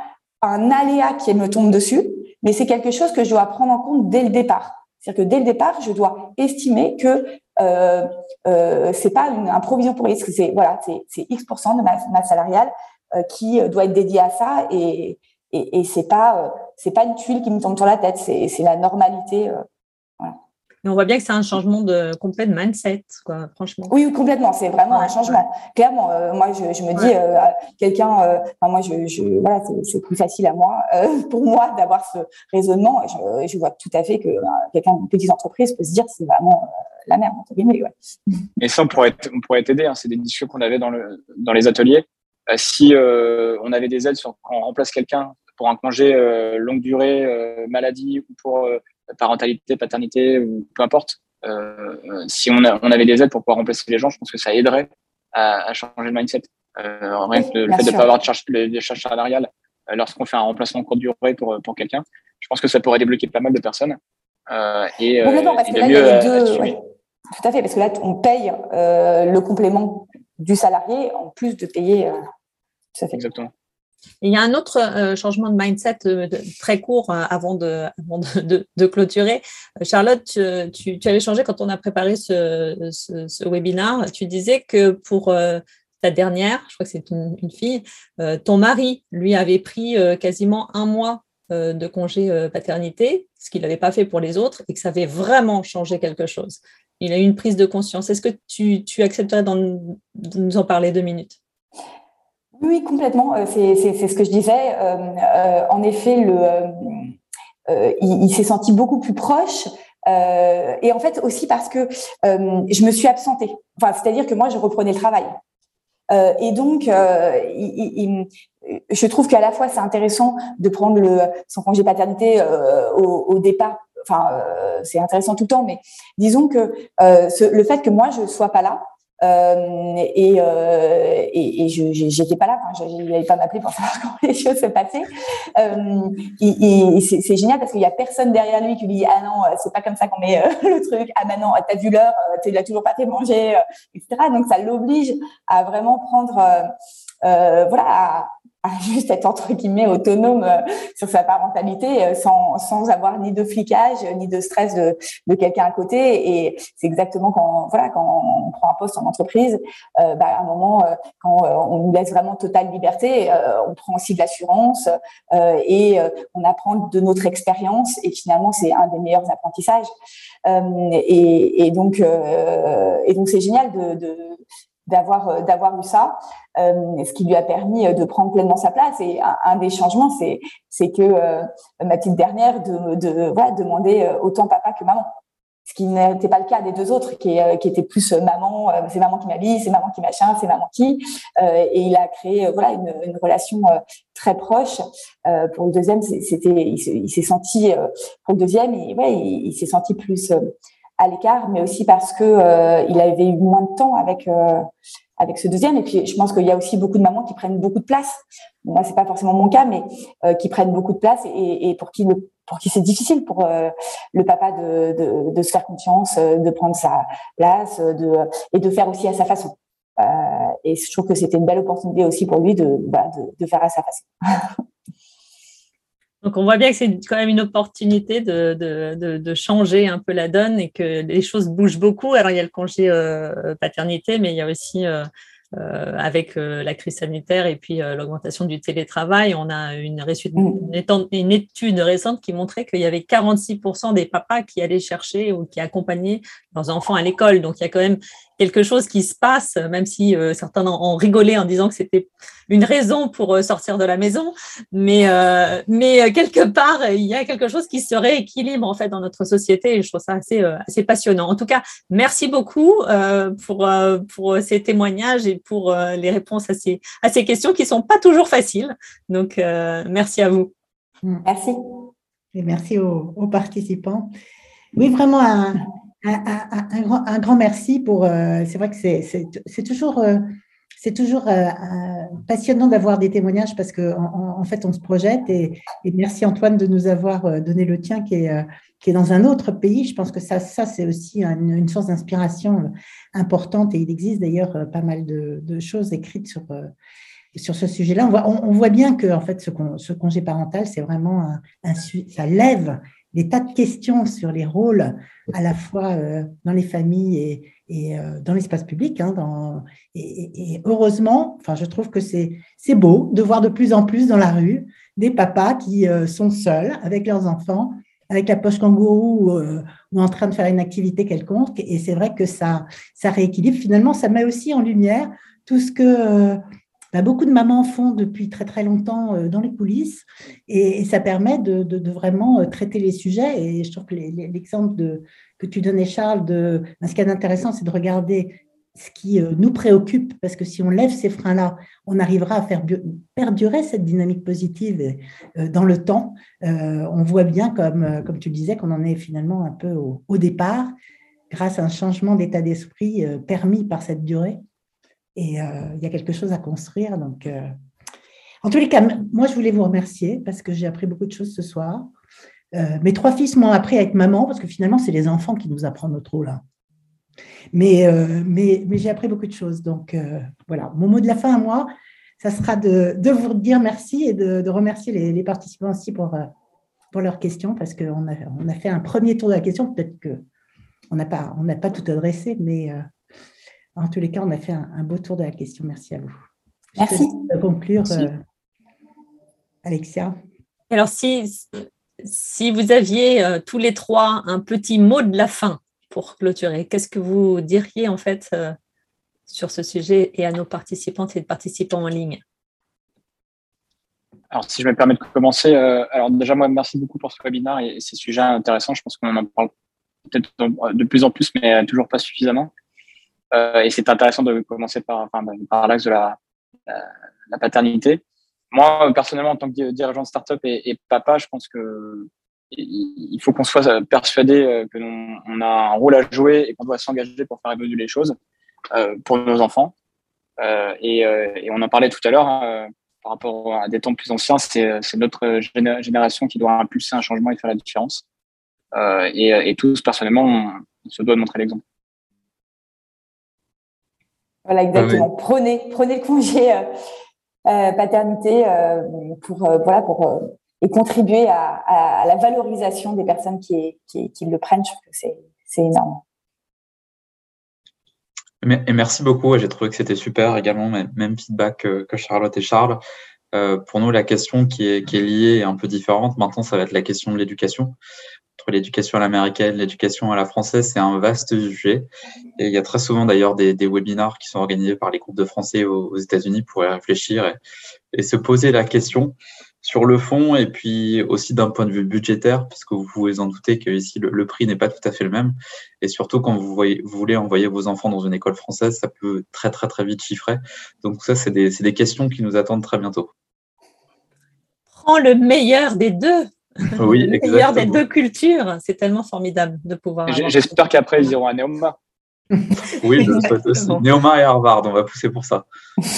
un aléa qui me tombe dessus, mais c'est quelque chose que je dois prendre en compte dès le départ. C'est-à-dire que dès le départ, je dois estimer que c'est pas un provision pour risque, c'est X% de ma salariale qui doit être dédiée à ça, et c'est pas une tuile qui me tombe sur la tête, c'est la normalité. Voilà. Et on voit bien que c'est un changement complet de mindset, quoi, franchement. Oui, complètement. C'est vraiment un changement. Ouais. Clairement, moi, je me dis, quelqu'un, moi, voilà, c'est plus facile à moi, pour moi, d'avoir ce raisonnement. Je vois tout à fait que quelqu'un d'une petite entreprise peut se dire, c'est vraiment la merde, entre guillemets. Ouais. Et ça, on pourrait t'aider. Hein. C'est des discussions qu'on avait dans les ateliers. Si on avait des aides quand on remplace quelqu'un pour un congé longue durée, maladie ou pour parentalité, paternité ou peu importe, si on avait des aides pour pouvoir remplacer les gens, je pense que ça aiderait à changer le mindset. Rien que le fait de ne pas avoir de charges salariales lorsqu'on fait un remplacement courte durée pour quelqu'un, je pense que ça pourrait débloquer pas mal de personnes. Complètement, parce que là, il y a les deux. Ouais. Tout à fait, parce que là, on paye le complément du salarié en plus de payer. Tout à fait. Exactement. Et il y a un autre changement de mindset très court avant de clôturer. Charlotte, tu avais changé quand on a préparé ce webinaire. Tu disais que pour ta dernière, je crois que c'est une fille, ton mari, lui, avait pris quasiment 1 mois de congé paternité, ce qu'il n'avait pas fait pour les autres, et que ça avait vraiment changé quelque chose. Il a eu une prise de conscience. Est-ce que tu accepterais de nous en parler 2 minutes ? Oui, complètement. C'est ce que je disais. En effet, il s'est senti beaucoup plus proche. Et en fait aussi parce que je me suis absentée. Enfin, c'est-à-dire que moi, je reprenais le travail. Et donc, je trouve qu'à la fois, c'est intéressant de prendre son congé paternité au départ. Enfin, c'est intéressant tout le temps, mais disons que le fait que moi, je ne sois pas là, et j'étais pas là, il n'allait pas m'appeler pour savoir comment les choses se passaient. C'est génial parce qu'il y a personne derrière lui qui lui dit ah non, c'est pas comme ça qu'on met le truc, ah maintenant t'as vu l'heure, tu l'as toujours pas fait manger, etc. Donc ça l'oblige à vraiment prendre à juste être entre guillemets autonome sur sa parentalité sans avoir ni de flicage ni de stress de quelqu'un à côté. Et c'est exactement quand on prend un poste en entreprise, à un moment quand on nous laisse vraiment totale liberté, on prend aussi de l'assurance et on apprend de notre expérience, et finalement c'est un des meilleurs apprentissages. Et donc c'est génial d'avoir eu ça, ce qui lui a permis de prendre pleinement sa place. Et un des changements, c'est que ma petite dernière demandait autant papa que maman, ce qui n'était pas le cas des 2 autres qui étaient plus maman, c'est maman qui m'habille, c'est maman qui machin, c'est maman qui, et il a créé une relation très proche. Pour le deuxième, il s'est senti pour le deuxième, il s'est senti plus à l'écart, mais aussi parce que il avait eu moins de temps avec ce deuxième. Et puis je pense qu'il y a aussi beaucoup de mamans qui prennent beaucoup de place. Moi, c'est pas forcément mon cas, mais qui prennent beaucoup de place et pour qui c'est difficile pour le papa de se faire confiance, de prendre sa place, et de faire aussi à sa façon. Et je trouve que c'était une belle opportunité aussi pour lui de faire à sa façon. Donc, on voit bien que c'est quand même une opportunité de changer un peu la donne et que les choses bougent beaucoup. Alors, il y a le congé paternité, mais il y a aussi, avec la crise sanitaire et puis l'augmentation du télétravail, on a une étude récente qui montrait qu'il y avait 46% des papas qui allaient chercher ou qui accompagnaient leurs enfants à l'école. Donc, il y a quand même quelque chose qui se passe, même si certains en rigolaient en disant que c'était une raison pour sortir de la maison, mais quelque part, il y a quelque chose qui se rééquilibre en fait dans notre société, et je trouve ça assez passionnant. En tout cas, merci beaucoup pour ces témoignages et pour les réponses à ces questions qui sont pas toujours faciles. Donc, merci à vous. Merci. Et merci aux participants. Oui, vraiment un grand merci pour. C'est vrai que c'est toujours passionnant d'avoir des témoignages parce que en fait on se projette, et merci Antoine de nous avoir donné le tien qui est dans un autre pays. Je pense que ça c'est aussi une source d'inspiration importante, et il existe d'ailleurs pas mal de choses écrites sur ce sujet-là. On voit bien que en fait, ce congé parental, c'est vraiment ça lève des tas de questions sur les rôles à la fois dans les familles et dans l'espace public. Et heureusement, enfin, je trouve que c'est beau de voir de plus en plus dans la rue des papas qui sont seuls avec leurs enfants, avec la poche kangourou ou en train de faire une activité quelconque. Et c'est vrai que ça rééquilibre. Finalement, ça met aussi en lumière tout ce que beaucoup de mamans font depuis très, très longtemps dans les coulisses. Et ça permet de vraiment traiter les sujets. Et je trouve que l'exemple que tu donnais, Charles, ce qui est intéressant, c'est de regarder ce qui nous préoccupe, parce que si on lève ces freins-là, on arrivera à faire perdurer cette dynamique positive dans le temps. On voit bien, comme tu le disais, qu'on en est finalement un peu au départ, grâce à un changement d'état d'esprit permis par cette durée. Et il y a quelque chose à construire. Donc, en tous les cas, moi, je voulais vous remercier parce que j'ai appris beaucoup de choses ce soir. Mes 3 fils m'ont appris à être maman, parce que finalement, c'est les enfants qui nous apprennent notre rôle. Mais j'ai appris beaucoup de choses. Donc, voilà, mon mot de la fin à moi, ça sera de vous dire merci et de remercier les participants aussi pour leurs questions, parce qu'on a fait un premier tour de la question. Peut-être qu'on n'a pas tout adressé, mais en tous les cas, on a fait un beau tour de la question. Merci à vous. Merci. Je te laisse conclure, Alexia. Alors, si vous aviez tous les 3 un petit mot de la fin pour clôturer, qu'est-ce que vous diriez en fait sur ce sujet et à nos participantes et participants en ligne? Alors, si je me permets de commencer, alors déjà, moi, merci beaucoup pour ce webinaire et ces sujets intéressants. Je pense qu'on en parle peut-être de plus en plus, mais toujours pas suffisamment. Et c'est intéressant de commencer par l'axe de la paternité. Moi, personnellement, en tant que dirigeant de start-up et papa, je pense que il faut qu'on soit persuadé que on a un rôle à jouer et qu'on doit s'engager pour faire évoluer les choses pour nos enfants. Et on en parlait tout à l'heure, par rapport à des temps plus anciens, c'est notre génération qui doit impulser un changement et faire la différence. Et tous, personnellement, on se doit de montrer l'exemple. Voilà, exactement. Prenez le congé paternité et contribuer à la valorisation des personnes qui le prennent. Je trouve que c'est énorme. Et merci beaucoup. J'ai trouvé que c'était super également, même feedback que Charlotte et Charles. Pour nous, la question qui est liée est un peu différente. Maintenant, ça va être la question de l'éducation. Entre l'éducation à l'américaine, l'éducation à la française, c'est un vaste sujet. Et il y a très souvent d'ailleurs des webinars qui sont organisés par les groupes de Français aux États-Unis pour y réfléchir et se poser la question sur le fond, et puis aussi d'un point de vue budgétaire, puisque vous pouvez en douter que ici le prix n'est pas tout à fait le même. Et surtout, quand vous voulez envoyer vos enfants dans une école française, ça peut très très très vite chiffrer. Donc ça, c'est des questions qui nous attendent très bientôt. Prends le meilleur des deux. Oui, le meilleur des 2 cultures. C'est tellement formidable de pouvoir. J'espère qu'après, ils iront à Neoma. Oui, je le souhaite aussi. Neoma et Harvard, on va pousser pour ça.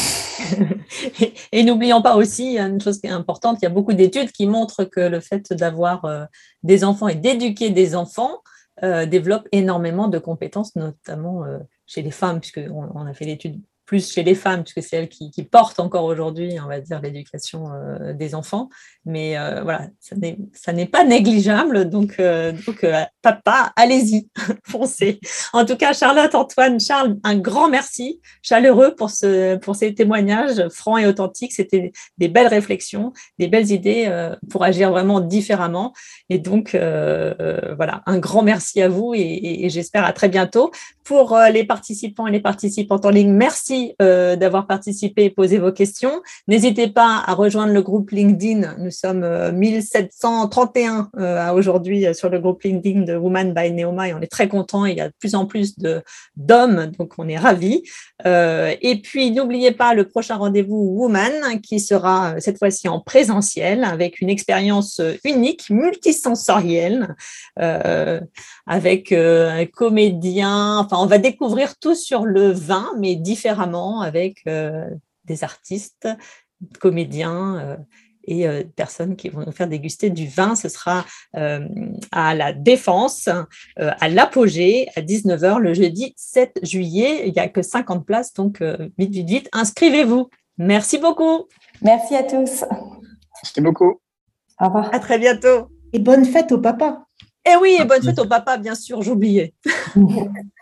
Et n'oublions pas aussi une chose qui est importante, il y a beaucoup d'études qui montrent que le fait d'avoir des enfants et d'éduquer des enfants développe énormément de compétences, notamment chez les femmes, puisqu'on a fait l'étude plus chez les femmes, puisque c'est elles qui portent encore aujourd'hui, on va dire, l'éducation des enfants. Mais voilà, ça n'est pas négligeable. Donc papa, allez-y, foncez. En tout cas, Charlotte, Antoine, Charles, un grand merci, chaleureux pour ces témoignages francs et authentiques. C'était des belles réflexions, des belles idées pour agir vraiment différemment. Et donc, voilà, un grand merci à vous et j'espère à très bientôt. Pour les participants et les participantes en ligne, merci d'avoir participé et posé vos questions. N'hésitez pas à rejoindre le groupe LinkedIn. Nous sommes 1731 aujourd'hui sur le groupe LinkedIn de Women by Neoma et on est très contents. Il y a de plus en plus d'hommes, donc on est ravis. Et puis, n'oubliez pas le prochain rendez-vous Woman qui sera cette fois-ci en présentiel avec une expérience unique, multisensorielle, avec un comédien. Enfin, on va découvrir tout sur le vin, mais différemment avec des artistes, comédiens et personnes qui vont nous faire déguster du vin. Ce sera à la Défense, à l'Apogée, à 19h le jeudi 7 juillet. Il n'y a que 50 places, donc vite, inscrivez-vous. Merci beaucoup. Merci à tous. Merci beaucoup. Au revoir. À très bientôt. Et bonne fête au papa. Et oui, et bonne fête au papa, bien sûr, j'oubliais.